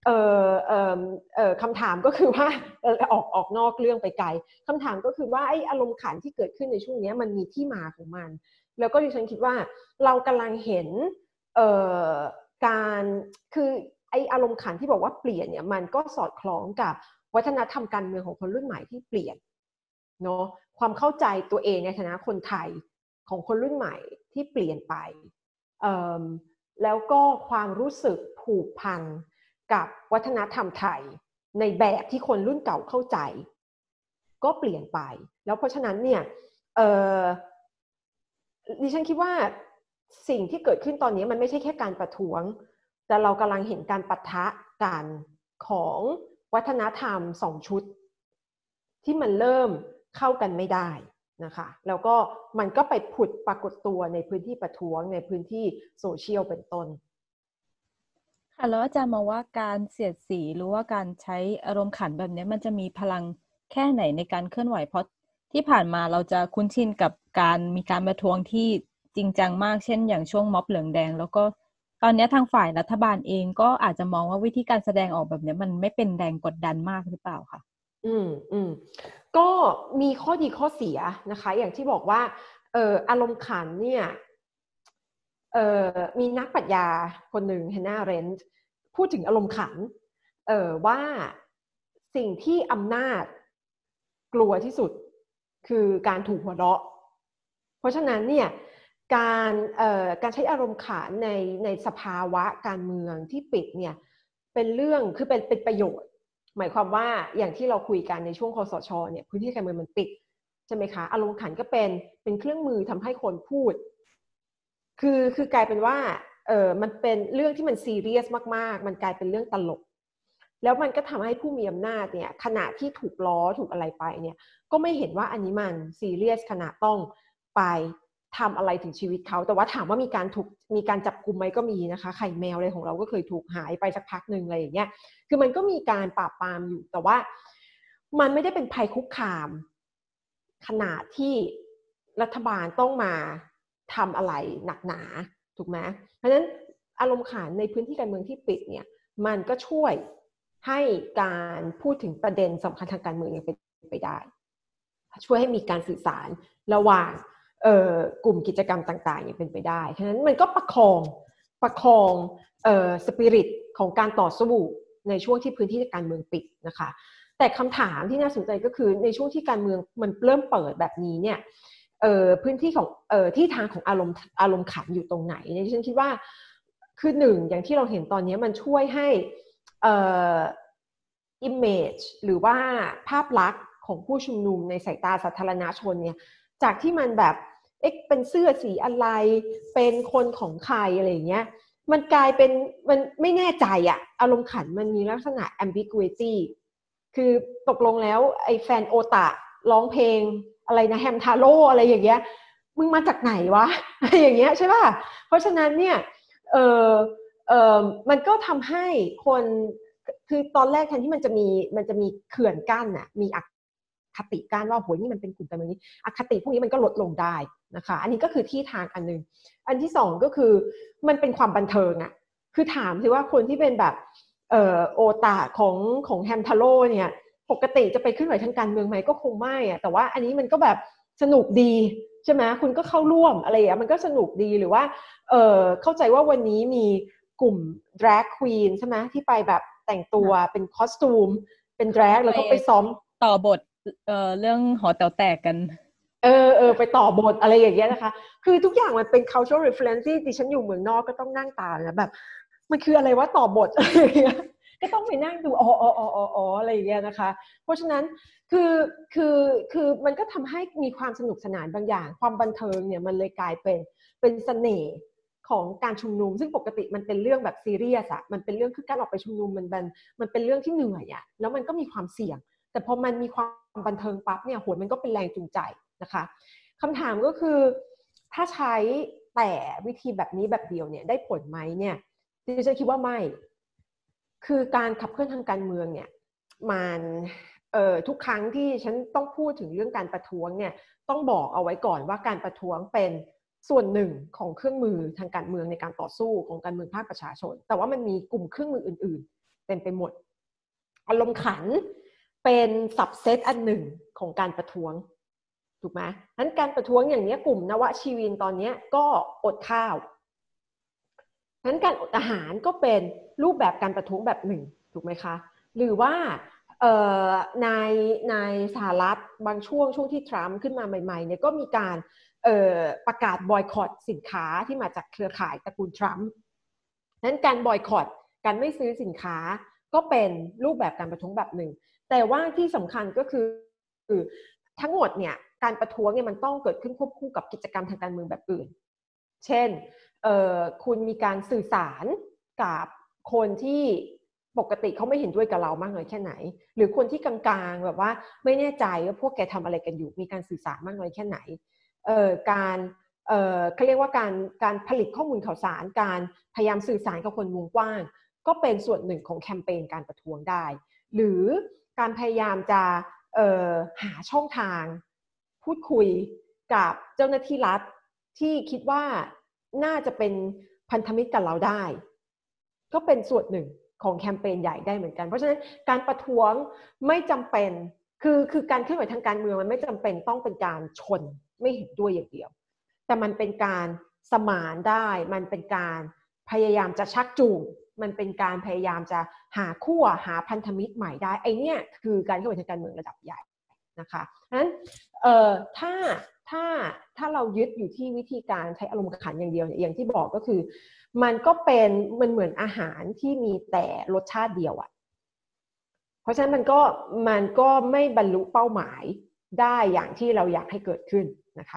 คำถามก็คือว่าออกนอกเรื่องไปไกลคำถามก็คือว่าไอ้อารมณ์ขันที่เกิดขึ้นในช่วงนี้มันมีที่มาของมันแล้วก็ดิฉันคิดว่าเรากำลังเห็นการคือไอ้อารมณ์ขันที่บอกว่าเปลี่ยนเนี่ยมันก็สอดคล้องกับวัฒนธรรมการเมืองของคนรุ่นใหม่ที่เปลี่ยนเนาะความเข้าใจตัวเองในฐานะคนไทยของคนรุ่นใหม่ที่เปลี่ยนไปแล้วก็ความรู้สึกผูกพันกับวัฒนธรรมไทยในแบบที่คนรุ่นเก่าเข้าใจก็เปลี่ยนไปแล้วเพราะฉะนั้นเนี่ยดิฉันคิดว่าสิ่งที่เกิดขึ้นตอนนี้มันไม่ใช่แค่การประท้วงแต่เรากำลังเห็นการปะทะกันของวัฒนธรรมสองชุดที่มันเริ่มเข้ากันไม่ได้นะคะแล้วก็มันก็ไปผุดปรากฏตัวในพื้นที่ประท้วงในพื้นที่โซเชียลเป็นต้นค่ะแล้วอาจารย์มองว่าการเสียดสีหรือว่าการใช้อารมณ์ขันแบบนี้มันจะมีพลังแค่ไหนในการเคลื่อนไหวเพราะที่ผ่านมาเราจะคุ้นชินกับการมีการประท้วงที่จริงจังมากเช่นอย่างช่วงม็อบเหลืองแดงแล้วก็ตอนนี้ทางฝ่ายรัฐบาลเองก็อาจจะมองว่าวิธีการแสดงออกแบบนี้มันไม่เป็นแรงกดดันมากหรือเปล่าคะก็มีข้อดีข้อเสียนะคะอย่างที่บอกว่าอารมณ์ขันเนี่ยมีนักปรัชญาคนหนึ่งแฮนนาเรนท์พูดถึงอารมณ์ขันว่าสิ่งที่อำนาจกลัวที่สุดคือการถูกหัวเราะเพราะฉะนั้นเนี่ยการใช้อารมณ์ขันในสภาวะการเมืองที่ปิดเนี่ยเป็นเรื่องคือเป็นประโยชน์หมายความว่าอย่างที่เราคุยกันในช่วงคสช.เนี่ยพื้นที่การเมืองมันปิดใช่ไหมคะอารมณ์ขันก็เป็นเครื่องมือทำให้คนพูดคือกลายเป็นว่ามันเป็นเรื่องที่มันซีเรียสมากๆมันกลายเป็นเรื่องตลกแล้วมันก็ทำให้ผู้มีอำนาจเนี่ยขณะที่ถูกล้อถูกอะไรไปเนี่ยก็ไม่เห็นว่าอันนี้มันซีเรียสขนาดต้องไปทำอะไรถึงชีวิตเขาแต่ว่าถามว่ามีการจับกุมไหมก็มีนะคะไข่แมวอะไรของเราก็เคยถูกหายไปสักพักนึงอะไรอย่างเงี้ยคือมันก็มีการปราบปรามอยู่แต่ว่ามันไม่ได้เป็นภัยคุกคามขนาดที่รัฐบาลต้องมาทำอะไรหนักหนาถูกไหมเพราะฉะนั้นอารมณ์ขันในพื้นที่การเมืองที่ปิดเนี่ยมันก็ช่วยให้การพูดถึงประเด็นสำคัญทางการเมืองยังเป็นไปได้ช่วยให้มีการสื่อสารระหว่างกลุ่มกิจกรรมต่างๆอย่างเป็นไปได้ฉะนั้นมันก็ประคองสปิริตของการต่อสู้ในช่วงที่พื้นที่การเมืองปิดนะคะแต่คำถามที่น่าสนใจก็คือในช่วงที่การเมืองมันเริ่มเปิดแบบนี้เนี่ยพื้นที่ของที่ทางของอารมณ์ขันอยู่ตรงไหนเนี่ยฉันคิดว่าคือหนึ่งอย่างที่เราเห็นตอนนี้มันช่วยให้image หรือว่าภาพลักษณ์ของผู้ชุมนุมในสายตาสาธารณชนเนี่ยจากที่มันแบบเป็นเสื้อสีอะไรเป็นคนของใครอะไรอย่างเงี้ยมันกลายเป็นมันไม่แน่ใจอะอารมณ์ขันมันมีลักษณะ ambiguity คือตกลงแล้วไอ้แฟนโอตะร้องเพลงอะไรนะแฮมทาโร่อะไรอย่างเงี้ยมึงมาจากไหนวะอะไรอย่างเงี้ยใช่ป่ะเพราะฉะนั้นเนี่ยมันก็ทำให้คนคือตอนแรกแทนที่มันจะมีเขื่อนกั้นน่ะมีอคติกั้นว่าโหนี่มันเป็นกลุ่มการเมืองนี้อคติพวกนี้มันก็ลดลงได้นะคะอันนี้ก็คือที่ทางอันนึงอันที่สองก็คือมันเป็นความบันเทิงอ่ะคือถามสิว่าคนที่เป็นแบบโอตาของแฮมทาโร่เนี่ยปกติจะไปขึ้นไหวทางการเมืองไหมก็คงไม่อ่ะแต่ว่าอันนี้มันก็แบบสนุกดีใช่ไหมคุณก็เข้าร่วมอะไรอย่างเงี้ยมันก็สนุกดีหรือว่าเข้าใจว่าวันนี้มีกลุ่ม drag queen ใช่ไหมที่ไปแบบแต่งตัวเป็นคอสตูมเป็น drag แล้วก็ไปซ้อมต่อบทเรื่องหอแต๋วแตกกันไปต่อบทอะไรอย่างเงี้ยนะคะคือทุกอย่างมันเป็น cultural reference ที่ดิฉันอยู่เมืองนอกก็ต้องนั่งตามนะแบบมันคืออะไรว่าต่อบทอะไรอย่างเงี้ยก็ต้องไปนั่งดูอะไรอย่างเงี้ยนะคะเพราะฉะนั้นคือมันก็ทำให้มีความสนุกสนานบางอย่างความบันเทิงเนี่ยมันเลยกลายเป็นเสน่ห์ของการชุมนุมซึ่งปกติมันเป็นเรื่องแบบซีเรียสอะมันเป็นเรื่องคือการออกไปชุมนุมมันเป็นเรื่องที่เหนื่อยอะแล้วมันก็มีความเสี่ยงแต่พอมันมีความบันเทิงปั๊บเนี่ยโหมันก็เป็นแรงจูงใจนะคะคำถามก็คือถ้าใช้แต่วิธีแบบนี้แบบเดียวเนี่ยได้ผลไหมเนี่ยดิฉันคิดว่าไม่คือการขับเคลื่อนทางการเมืองเนี่ยมันทุกครั้งที่ฉันต้องพูดถึงเรื่องการประท้วงเนี่ยต้องบอกเอาไว้ก่อนว่าการประท้วงเป็นส่วนหนึ่งของเครื่องมือทางการเมืองในการต่อสู้ของการเมืองภาคประชาชนแต่ว่ามันมีกลุ่มเครื่องมืออื่นๆเต็มไปหมดอารมณ์ขันเป็นสับเซตอันหนึ่งของการประท้วงถูกไหมนั้นการประท้วงอย่างนี้กลุ่มนวชีวินตอนนี้ก็อดข้าวนั้นการอดอาหารก็เป็นรูปแบบการประท้วงแบบหนึ่งถูกไหมคะหรือว่าในสหรัฐบางช่วงที่ทรัมป์ขึ้นมาใหม่ๆเนี่ยก็มีการประกาศบอยคอตสินค้าที่มาจากเครือข่ายตระกูลทรัมป์นั้นการบอยคอตการไม่ซื้อสินค้าก็เป็นรูปแบบการประท้วงแบบหนึ่งแต่ว่าที่สำคัญก็คือทั้งหมดเนี่ยการประท้วงเนี่ยมันต้องเกิดขึ้นควบคู่กับกิจกรรมทางการเมืองแบบอื่นเช่นคุณมีการสื่อสารกับคนที่ปกติเขาไม่เห็นด้วยกับเรามากน้อยแค่ไหนหรือคนที่กลางๆแบบว่าไม่แน่ใจว่าพวกแกทำอะไรกันอยู่มีการสื่อสารมากน้อยแค่ไหนการเขาเรียกว่าการผลิตข้อมูลข่าวสารการพยายามสื่อสารกับคนวงกว้างก็เป็นส่วนหนึ่งของแคมเปญการประท้วงได้หรือการพยายามจะหาช่องทางพูดคุยกับเจ้าหน้าที่รัฐที่คิดว่าน่าจะเป็นพันธมิตรกับเราได้ก็เป็นส่วนหนึ่งของแคมเปญใหญ่ได้เหมือนกันเพราะฉะนั้นการประท้วงไม่จำเป็นคือการเคลื่อนไหวทางการเมืองมันไม่จำเป็นต้องเป็นการชนไม่เห็นด้วยอย่างเดียวแต่มันเป็นการสมานได้มันเป็นการพยายามจะชักจูงมันเป็นการพยายามจะหาคู่หาพันธมิตรใหม่ได้ไอเนี่ยคือการเคลื่อนไหวทางการเมืองระดับใหญ่นะคะนั้นถ้าเรายึดอยู่ที่วิธีการใช้อารมณ์ขันอย่างเดียวเนี่ยอย่างที่บอกก็คือมันก็เป็นมันเหมือนอาหารที่มีแต่รสชาติเดียวอ่ะเพราะฉะนั้นมันก็ไม่บรรลุเป้าหมายได้อย่างที่เราอยากให้เกิดขึ้นนะคะ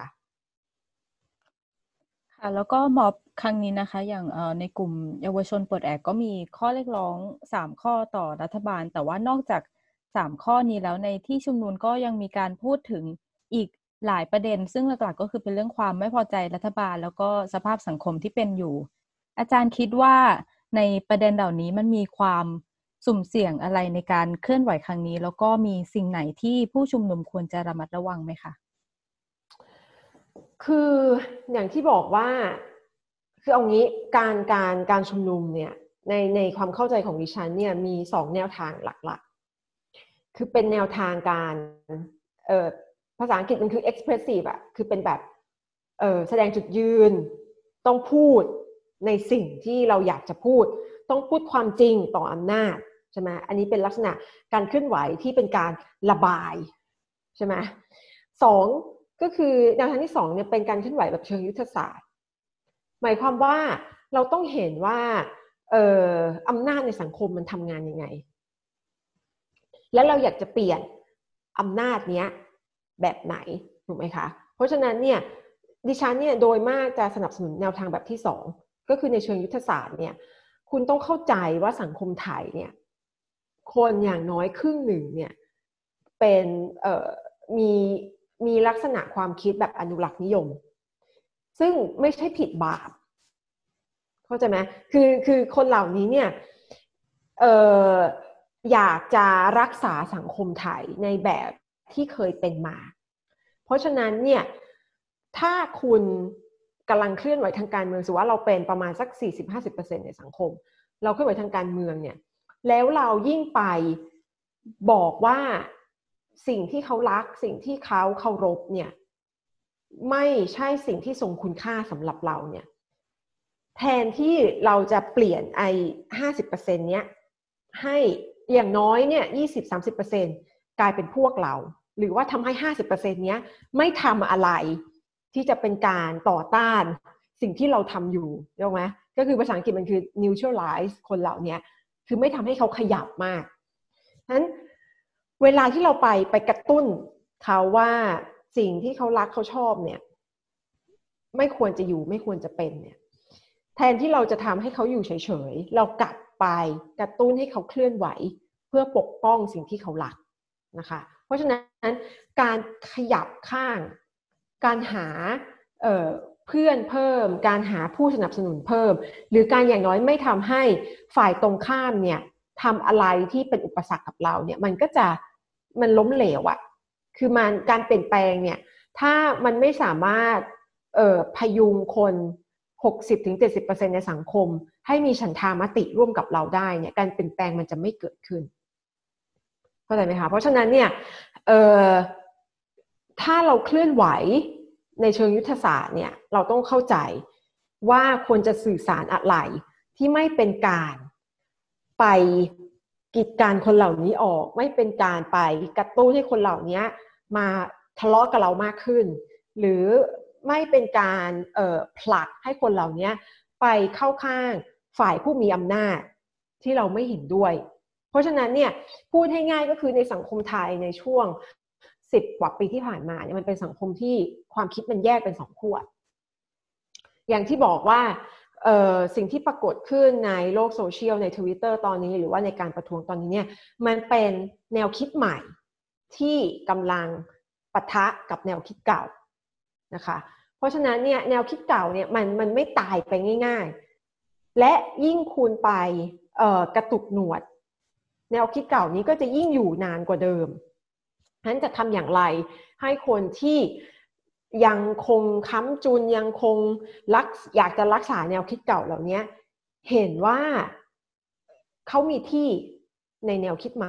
ค่ะแล้วก็ม็อบครั้งนี้นะคะอย่างในกลุ่มเยาวชนปลดแอกก็มีข้อเรียกร้อง3ข้อต่อรัฐบาลแต่ว่านอกจาก3ข้อนี้แล้วในที่ชุมนุมก็ยังมีการพูดถึงอีกหลายประเด็นซึ่งหลักๆก็คือเป็นเรื่องความไม่พอใจรัฐบาลแล้วก็สภาพสังคมที่เป็นอยู่อาจารย์คิดว่าในประเด็นเหล่านี้มันมีความสุ่มเสี่ยงอะไรในการเคลื่อนไหวครั้งนี้แล้วก็มีสิ่งไหนที่ผู้ชุมนุมควรจะระมัดระวังไหมคะคืออย่างที่บอกว่าคือเอางี้การชุมนุมเนี่ยในความเข้าใจของดิฉันเนี่ยมี2แนวทางหลักๆคือเป็นแนวทางการภาษาอังกฤษมันคือ expressive อะคือเป็นแบบแสดงจุดยืนต้องพูดในสิ่งที่เราอยากจะพูดต้องพูดความจริงต่ออำนาจใช่ไหมอันนี้เป็นลักษณะการเคลื่อนไหวที่เป็นการระบายใช่ไหม2ก็คือแนวทางที่2เนี่ยเป็นการเคลื่อนไหวแบบเชิงยุทธศาสตร์หมายความว่าเราต้องเห็นว่าอำนาจในสังคมมันทำงานยังไงและเราอยากจะเปลี่ยนอำนาจเนี้ยแบบไหนถูกไหมคะเพราะฉะนั้นเนี่ยดิฉันเนี่ยโดยมากจะสนับสนุนแนวทางแบบที่2ก็คือในเชิงยุทธศาสตร์เนี่ยคุณต้องเข้าใจว่าสังคมไทยเนี่ยคนอย่างน้อยครึ่งหนึ่งเนี่ยเป็นมีลักษณะความคิดแบบอนุรักษ์นิยมซึ่งไม่ใช่ผิดบาปเข้าใจไหมคือคนเหล่านี้เนี่ยอยากจะรักษาสังคมไทยในแบบที่เคยเป็นมาเพราะฉะนั้นเนี่ยถ้าคุณกำลังเคลื่อนไหวทางการเมืองสมมุติว่าเราเป็นประมาณสัก 40-50% ในสังคมเราเคลื่อนไหวทางการเมืองเนี่ยแล้วเรายิ่งไปบอกว่าสิ่งที่เขารักสิ่งที่เขาเคารพเนี่ยไม่ใช่สิ่งที่ทรงคุณค่าสำหรับเราเนี่ยแทนที่เราจะเปลี่ยน50% เนี้ยให้อย่างน้อยเนี่ย 20-30% กลายเป็นพวกเราหรือว่าทำให้ 50% เนี้ยไม่ทำอะไรที่จะเป็นการต่อต้านสิ่งที่เราทำอยู่รู้ไหมก็คือภาษาอังกฤษมันคือ neutralize คนเหล่านี้คือไม่ทำให้เขาขยับมากฉะนั้นเวลาที่เราไปกระตุ้นเขาว่าสิ่งที่เขารักเขาชอบเนี่ยไม่ควรจะอยู่ไม่ควรจะเป็นเนี่ยแทนที่เราจะทำให้เขาอยู่เฉยๆเรากลับไปกระตุ้นให้เขาเคลื่อนไหวเพื่อปกป้องสิ่งที่เขารักนะคะเพราะฉะนั้นการขยับข้างการหาเพื่อนเพิ่มการหาผู้สนับสนุนเพิ่มหรือการอย่างน้อยไม่ทำให้ฝ่ายตรงข้ามเนี่ยทำอะไรที่เป็นอุปสรรคกับเราเนี่ยมันล้มเหลวอะคือการเปลี่ยนแปลงเนี่ยถ้ามันไม่สามารถพยุงคน 60-70% ในสังคมให้มีฉันทามติร่วมกับเราได้เนี่ยการเปลี่ยนแปลงมันจะไม่เกิดขึ้นเข้าใจไหมคะเพราะฉะนั้นเนี่ยถ้าเราเคลื่อนไหวในเชิงยุทธศาสตร์เนี่ยเราต้องเข้าใจว่าควรจะสื่อสารอะไรที่ไม่เป็นการไปกีดกันคนเหล่านี้ออกไม่เป็นการไปกระตุ้นให้คนเหล่านี้มาทะเลาะกับเรามากขึ้นหรือไม่เป็นการผลักให้คนเหล่านี้ไปเข้าข้างฝ่ายผู้มีอำนาจที่เราไม่เห็นด้วยเพราะฉะนั้นเนี่ยพูดให้ง่ายก็คือในสังคมไทยในช่วง10 กว่าปีที่ผ่านมาเนี่ยมันเป็นสังคมที่ความคิดมันแยกเป็น2 ขั้วอย่างที่บอกว่าสิ่งที่ปรากฏขึ้นในโลกโซเชียลใน Twitter ตอนนี้หรือว่าในการประท้วงตอนนี้เนี่ยมันเป็นแนวคิดใหม่ที่กำลังปะทะกับแนวคิดเก่านะคะเพราะฉะนั้นเนี่ยแนวคิดเก่าเนี่ยมันไม่ตายไปง่ายๆและยิ่งคุณไปกระตุกหนวดแนวคิดเก่านี้ก็จะยิ่งอยู่นานกว่าเดิมฉะนั้นจะทำอย่างไรให้คนที่ยังคงค้ำจุนยังคงอยากจะรักษาแนวคิดเก่าเหล่านี้เห็นว่าเขามีที่ในแนวคิดใหม่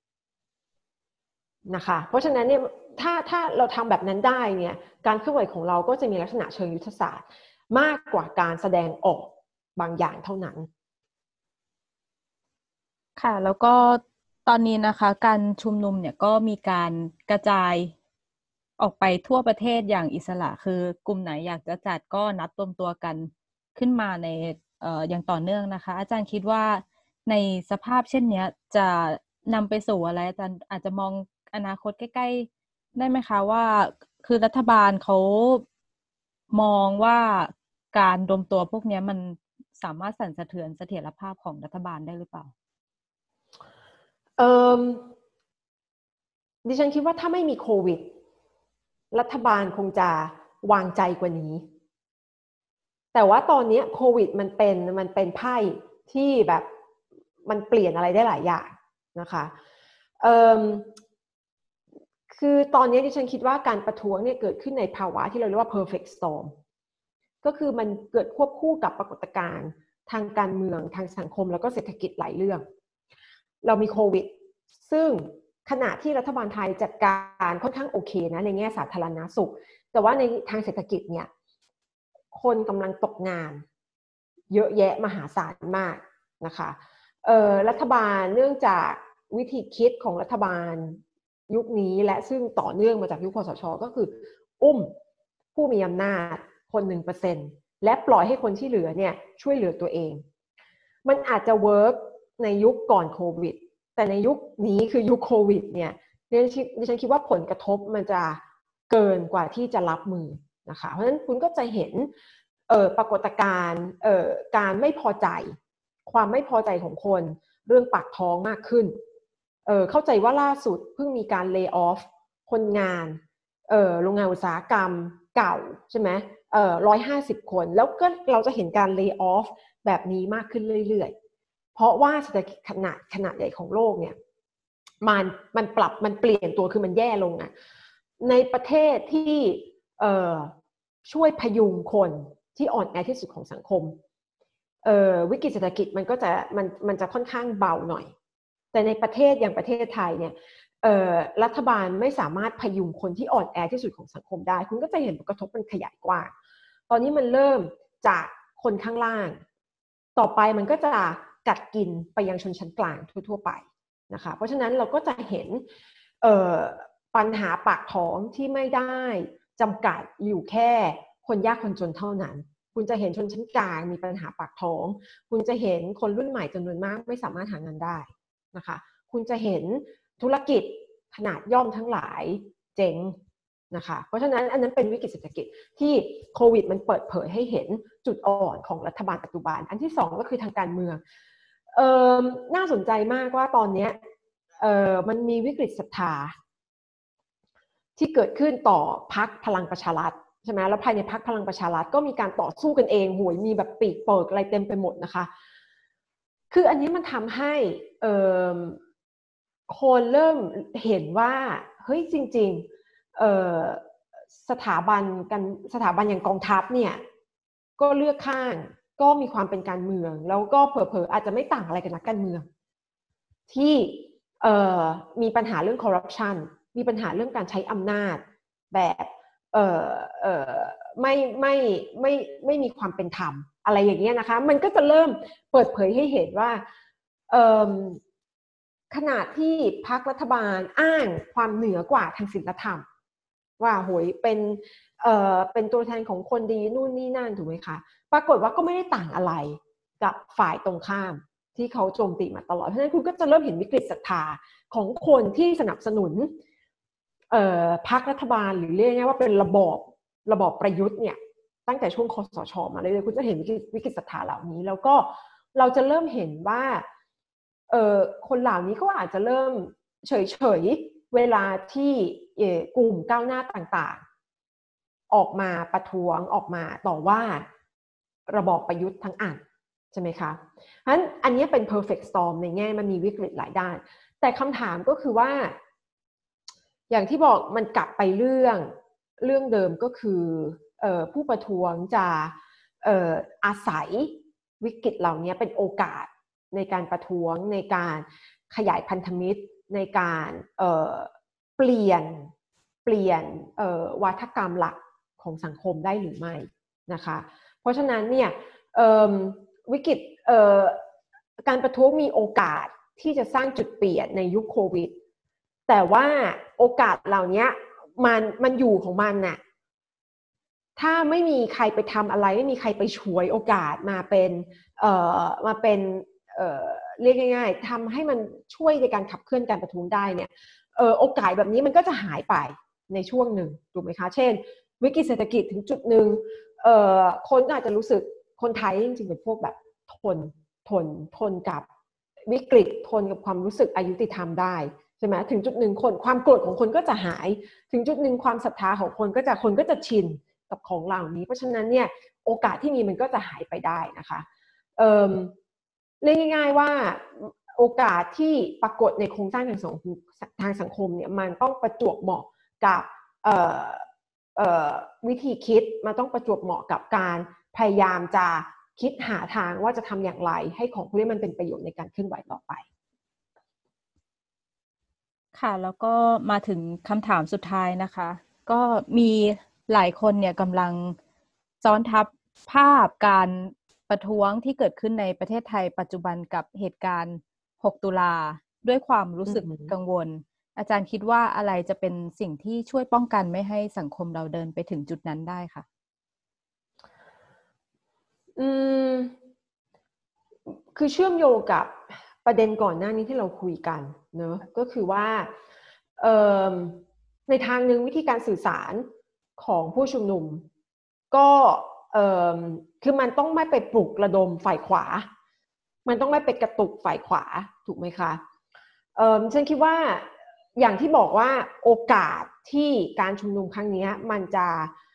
นะคะเพราะฉะนั้นเนี่ยถ้าเราทำแบบนั้นได้เนี่ยการเคลื่อนไหวของเราก็จะมีลักษณะเชิงยุทธศาสตร์มากกว่าการแสดงออกบางอย่างเท่านั้นค่ะแล้วก็ตอนนี้นะคะการชุมนุมเนี่ยก็มีการกระจายออกไปทั่วประเทศอย่างอิสระคือกลุ่มไหนอยากจะจัดก็นัดรวมตัวกันขึ้นมาในอย่างต่อเนื่องนะคะอาจารย์คิดว่าในสภาพเช่นนี้จะนำไปสู่อะไรอาจารย์อาจจะมองอนาคตใกล้ๆได้ไหมคะว่าคือรัฐบาลเขามองว่าการรวมตัวพวกนี้มันสามารถสั่นสะเทือนเสถียรภาพของรัฐบาลได้หรือเปล่าดิฉันคิดว่าถ้าไม่มีโควิดรัฐบาลคงจะวางใจกว่านี้แต่ว่าตอนนี้โควิดมันเป็นไพ่ที่แบบมันเปลี่ยนอะไรได้หลายอย่างนะคะคือตอนนี้ดิฉันคิดว่าการประท้วงเนี่ยเกิดขึ้นในภาวะที่เราเรียกว่า perfect storm ก็คือมันเกิดควบคู่กับปรากฏการณ์ทางการเมืองทางสังคมแล้วก็เศรษฐกิจหลายเรื่องเรามีโควิดซึ่งขณะที่รัฐบาลไทยจัดการค่อนข้างโอเคนะในแง่สาธารณสุขแต่ว่าในทางเศรษฐกิจเนี่ยคนกำลังตกงานเยอะแยะมหาศาลมากนะคะรัฐบาลเนื่องจากวิธีคิดของรัฐบาลยุคนี้และซึ่งต่อเนื่องมาจากยุคคสช.ก็คืออุ้มผู้มีอำนาจคน 1% และปล่อยให้คนที่เหลือเนี่ยช่วยเหลือตัวเองมันอาจจะเวิร์กในยุคก่อนโควิดแต่ในยุคนี้คือยุคโควิดเนี่ยดิฉันคิดว่าผลกระทบมันจะเกินกว่าที่จะรับมือนะคะเพราะฉะนั้นคุณก็จะเห็นปรากฏการณ์การไม่พอใจความไม่พอใจของคนเรื่องปากท้องมากขึ้นเข้าใจว่าล่าสุดเพิ่งมีการเลย์ออฟคนงานโรงงานอุตสาหกรรมเก่าใช่ไหม150 คนแล้วก็เราจะเห็นการเลย์ออฟแบบนี้มากขึ้นเรื่อยๆเพราะว่าเศรษฐกิจขนาดใหญ่ของโลกเนี่ยมันเปลี่ยนตัวคือมันแย่ลงอ่ะในประเทศที่ช่วยพยุงคนที่อ่อนแอที่สุดของสังคมวิกฤตเศรษฐกิจมันจะค่อนข้างเบาหน่อยแต่ในประเทศอย่างประเทศไทยเนี่ยรัฐบาลไม่สามารถพยุงคนที่อ่อนแอที่สุดของสังคมได้คุณก็จะเห็นผลกระทบมันขยายกว้างตอนนี้มันเริ่มจากคนข้างล่างต่อไปมันก็จะกัดกินไปยังชนชั้นกลางทั่วๆไปนะคะเพราะฉะนั้นเราก็จะเห็นปัญหาปากท้องที่ไม่ได้จำกัดอยู่แค่คนยากคนจนเท่านั้นคุณจะเห็นชนชั้นกลางมีปัญหาปากท้องคุณจะเห็นคนรุ่นใหม่จำนวนมากไม่สามารถหางานได้นะคะคุณจะเห็นธุรกิจขนาดย่อมทั้งหลายเจ๊งนะคะเพราะฉะนั้นอันนั้นเป็นวิกฤตเศรษฐกิจที่โควิดมันเปิดเผยให้เห็นจุดอ่อนของรัฐบาลปัจจุบันอันที่2ก็คือทางการเมืองน่าสนใจมากว่าตอนนี้มันมีวิกฤตศรัทธาที่เกิดขึ้นต่อพรรคพลังประชารัฐใช่ไหมแล้วภายในพรรคพลังประชารัฐก็มีการต่อสู้กันเองโหยมีแบบปีกเปิกอะไรเต็มไปหมดนะคะคืออันนี้มันทำให้คนเริ่มเห็นว่าเฮ้ยจริงสถาบันอย่างกองทัพเนี่ยก็เลือกข้างก็มีความเป็นการเมืองแล้วก็เผลอๆอาจจะไม่ต่างอะไรกับนักการเมืองที่มีปัญหาเรื่องคอร์รัปชันมีปัญหาเรื่องการใช้อำนาจแบบไม่มีความเป็นธรรมอะไรอย่างเงี้ยนะคะมันก็จะเริ่มเปิดเผยให้เห็นว่าขณะที่พรรครัฐบาลอ้างความเหนือกว่าทางศีลธรรมว่าโหยเป็นตัวแทนของคนดีนู่นนี่นั่นถูกไหมคะปรากฏว่าก็ไม่ได้ต่างอะไรกับฝ่ายตรงข้ามที่เขาโจมตีมาตลอดเพราะฉะนั้นคุณก็จะเริ่มเห็นวิกฤตศรัทธาของคนที่สนับสนุนพรรครัฐบาลหรือเรียกง่ายๆว่าเป็นระบอบประยุทธ์เนี่ยตั้งแต่ช่วงคสช.มาเลยคุณจะเห็นวิกฤตศรัทธาเหล่านี้แล้วก็เราจะเริ่มเห็นว่าคนเหล่านี้ก็อาจจะเริ่มเฉยๆเวลาที่กลุ่มก้าวหน้าต่างๆออกมาประท้วงออกมาต่อว่าระบอบประยุทธ์ทั้งอันใช่ไหมคะเพราะฉะนั้นอันนี้เป็น perfect storm ในแง่มันมีวิกฤตหลายด้านแต่คำถามก็คือว่าอย่างที่บอกมันกลับไปเรื่องเดิมก็คือผู้ประท้วงจะอาศัยวิกฤตเหล่านี้เป็นโอกาสในการประท้วงในการขยายพันธมิตรในการเปลี่ยนวาทกรรมหลักของสังคมได้หรือไม่นะคะเพราะฉะนั้นเนี่ยวิกฤตการประท้วงมีโอกาสที่จะสร้างจุดเปลี่ยนในยุคโควิดแต่ว่าโอกาสเหล่านี้มันอยู่ของมันน่ะถ้าไม่มีใครไปทำอะไรไม่มีใครไปฉวยโอกาสมาเป็นเรียกง่ายๆทำให้มันช่วยในการขับเคลื่อนการประท้วงได้เนี่ยโอกาสแบบนี้มันก็จะหายไปในช่วงหนึ่งถูกไหมคะเช่นวิกฤตเศรษฐกิจถึงจุดหนึ่งคนอาจจะรู้สึกคนไทยจริงๆเป็นพวกแบบทนกับวิกฤตทนกับความรู้สึกอยุติธรรมได้ใช่ไหมถึงจุดหนึ่งความโกรธของคนก็จะหายถึงจุดหนึ่งความศรัทธาของคนก็จะชินกับของเหล่านี้เพราะฉะนั้นเนี่ยโอกาสที่มีมันก็จะหายไปได้นะคะเรียกง่ายๆว่าโอกาสที่ปรากฏในโครงสร้างทางสังคมเนี่ยมันต้องประจวบเหมาะกับวิธีคิดมันต้องประจวบเหมาะกับการพยายามจะคิดหาทางว่าจะทำอย่างไรให้ของพวกนี้มันเป็นประโยชน์ในการเคลื่อนไหวต่อไปค่ะแล้วก็มาถึงคำถามสุดท้ายนะคะก็มีหลายคนเนี่ยกำลังซ้อนทับภาพการประท้วงที่เกิดขึ้นในประเทศไทยปัจจุบันกับเหตุการณ์6 ตุลาด้วยความรู้สึกกังวลอาจารย์คิดว่าอะไรจะเป็นสิ่งที่ช่วยป้องกันไม่ให้สังคมเราเดินไปถึงจุดนั้นได้ค่ะคือเชื่อมโยงกับประเด็นก่อนหน้านี้ที่เราคุยกันเนอะก็คือว่าในทางหนึ่งวิธีการสื่อสารของผู้ชุมนุมก็คือมันต้องไม่ไปปลุกระดมฝ่ายขวามันต้องไม่ไปกระตุกฝ่ายขวาถูกไหมคะฉันคิดว่าอย่างที่บอกว่าโอกาสที่การชุมนุมครั้งนี้มันจะ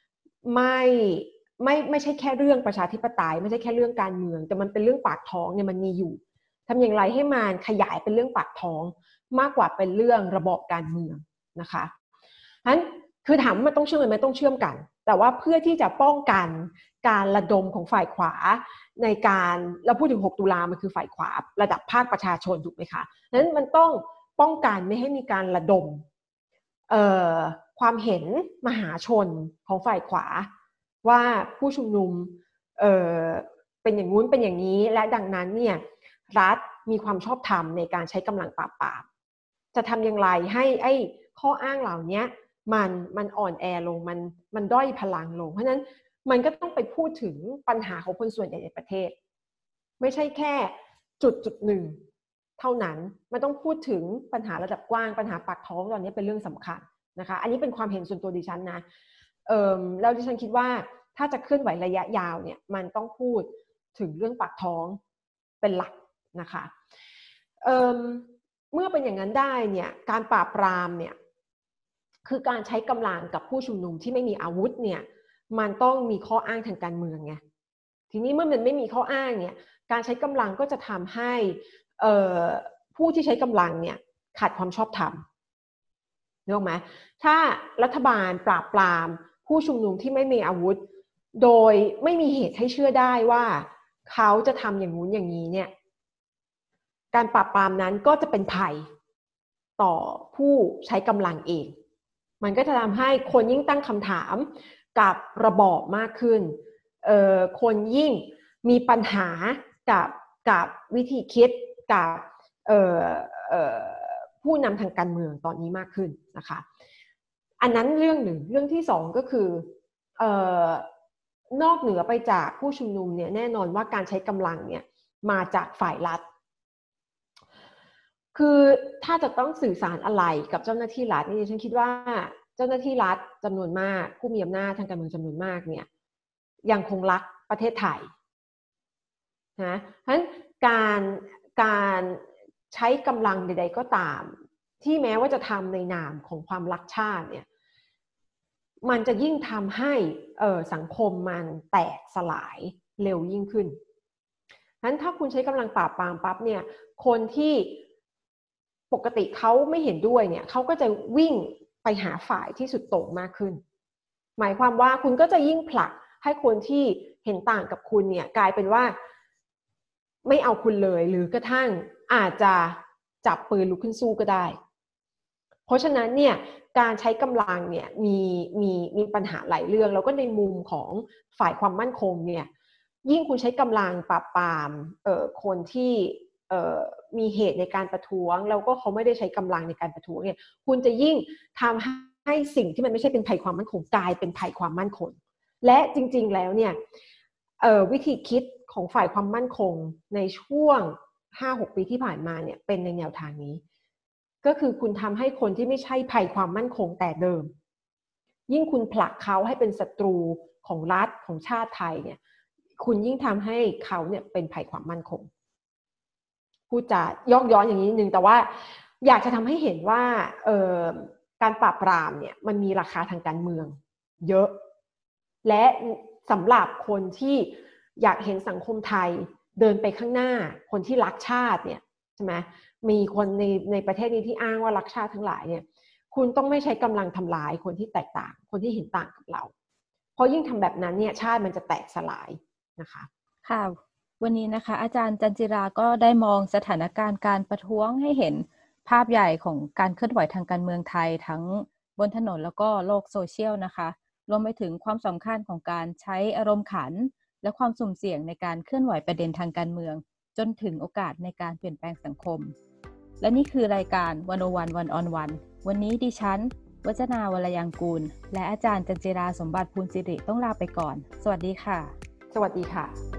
ไม่ใช่แค่เรื่องประชาธิปไตยไม่ใช่แค่เรื่องการเมืองแต่มันเป็นเรื่องปากท้องเนี่ยมันมีอยู่ทำอย่างไรให้มันขยายเป็นเรื่องปากท้องมากกว่าเป็นเรื่องระบอบการเมืองนะคะฉะนั้นคือถามว่ามันต้องเชื่อมไหมต้องเชื่อมกันแต่ว่าเพื่อที่จะป้องกันการระดมของฝ่ายขวาในการเราพูดถึง6 ตุลามันคือฝ่ายขวาระดับภาคประชาชนถูกไหมคะฉะนั้นมันต้องป้องกันไม่ให้มีการระดมความเห็นมหาชนของฝ่ายขวาว่าผู้ชุมนุมเป็นอย่างงู้นเป็นอย่างนี้และดังนั้นเนี่ยรัฐมีความชอบธรรมในการใช้กำลังปราบปรามจะทำอย่างไรให้ข้ออ้างเหล่านี้มันอ่อนแอลงมันด้อยพลังลงเพราะฉะนั้นมันก็ต้องไปพูดถึงปัญหาของคนส่วนใหญ่ในประเทศไม่ใช่แค่จุดหนึ่งเท่านั้นมันต้องพูดถึงปัญหาระดับกว้างปัญหาปากท้องตอนนี้เป็นเรื่องสำคัญนะคะอันนี้เป็นความเห็นส่วนตัวดิฉันนะแล้วดิฉันคิดว่าถ้าจะเคลื่อนไหวระยะยาวเนี่ยมันต้องพูดถึงเรื่องปากท้องเป็นหลักนะคะเมื่อเป็นอย่างนั้นได้เนี่ยการปราบปรามเนี่ยคือการใช้กำลังกับผู้ชุมนุมที่ไม่มีอาวุธเนี่ยมันต้องมีข้ออ้างทางการเมืองไงทีนี้เมื่อมันไม่มีข้ออ้างเนี่ยการใช้กำลังก็จะทำให้ผู้ที่ใช้กำลังเนี่ยขาดความชอบธรรมนึกออกไหมถ้ารัฐบาลปราบปรามผู้ชุมนุมที่ไม่มีอาวุธโดยไม่มีเหตุให้เชื่อได้ว่าเขาจะทำอย่างนู้นอย่างนี้เนี่ยการปราบปรามนั้นก็จะเป็นภัยต่อผู้ใช้กำลังเองมันก็จะทำให้คนยิ่งตั้งคำถามกับระบอบมากขึ้นคนยิ่งมีปัญหากับวิธีคิดกับผู้นำทางการเมืองตอนนี้มากขึ้นนะคะอันนั้นเรื่องหนึ่งเรื่องที่สองก็คือนอกเหนือไปจากผู้ชุมนุมเนี่ยแน่นอนว่าการใช้กำลังเนี่ยมาจากฝ่ายรัฐคือถ้าจะต้องสื่อสารอะไรกับเจ้าหน้าที่รัฐนี่ฉันคิดว่าเจ้าหน้าที่รัฐจำนวนมากผู้มีอำนาจทางการเมืองจำนวนมากเนี่ยยังคงรักประเทศไทยนะเพราะฉะนั้นการใช้กำลังใดๆก็ตามที่แม้ว่าจะทำในนามของความรักชาติเนี่ยมันจะยิ่งทำให้สังคมมันแตกสลายเร็วยิ่งขึ้นฉะนั้นถ้าคุณใช้กำลังปราบปรามปั๊บเนี่ยคนที่ปกติเขาไม่เห็นด้วยเนี่ยเขาก็จะวิ่งไปหาฝ่ายที่สุดโต่งมากขึ้นหมายความว่าคุณก็จะยิ่งผลักให้คนที่เห็นต่างกับคุณเนี่ยกลายเป็นว่าไม่เอาคุณเลยหรือกระทั่งอาจจะจับปืนลุกขึ้นสู้ก็ได้เพราะฉะนั้นเนี่ยการใช้กำลังเนี่ยมีปัญหาหลายเรื่องแล้วก็ในมุมของฝ่ายความมั่นคงเนี่ยยิ่งคุณใช้กำลังปราบปรามคนที่มีเหตุในการประท้วงแล้วก็เขาไม่ได้ใช้กำลังในการประท้วงเนี่ยคุณจะยิ่งทำให้สิ่งที่มันไม่ใช่เป็นภัยความมั่นคงกลายเป็นภัยความมั่นคงและจริงๆแล้วเนี่ยวิธีคิดของฝ่ายความมั่นคงในช่วง 5-6 ปีที่ผ่านมาเนี่ยเป็นในแนวทางนี้ก็คือคุณทำให้คนที่ไม่ใช่ภัยความมั่นคงแต่เดิมยิ่งคุณผลักเขาให้เป็นศัตรูของรัฐของชาติไทยเนี่ยคุณยิ่งทำให้เขาเนี่ยเป็นภัยความมั่นคงพูดจะย่อย้อนอย่างนี้นิดนึงแต่ว่าอยากจะทำให้เห็นว่าการปราบปรามเนี่ยมันมีราคาทางการเมืองเยอะและสำหรับคนที่อยากเห็นสังคมไทยเดินไปข้างหน้าคนที่รักชาติเนี่ยใช่ไหมมีคนในประเทศนี้ที่อ้างว่ารักชาติทั้งหลายเนี่ยคุณต้องไม่ใช้กำลังทำลายคนที่แตกต่างคนที่เห็นต่างกับเราเพราะยิ่งทำแบบนั้นเนี่ยชาติมันจะแตกสลายนะคะค่ะวันนี้นะคะอาจารย์จันจิราก็ได้มองสถานการณ์การประท้วงให้เห็นภาพใหญ่ของการเคลื่อนไหวทางการเมืองไทยทั้งบนถนนแล้วก็โลกโซเชียลนะคะรวมไปถึงความสำคัญของการใช้อารมณ์ขันและความสุ่มเสี่ยงในการเคลื่อนไหวประเด็นทางการเมืองจนถึงโอกาสในการเปลี่ยนแปลงสังคมและนี่คือรายการ101 One on One วันนี้ดิฉันวจนาวรยังกูลและอาจารย์จันจิราสมบัติภูลสิริต้องลาไปก่อนสวัสดีค่ะสวัสดีค่ะ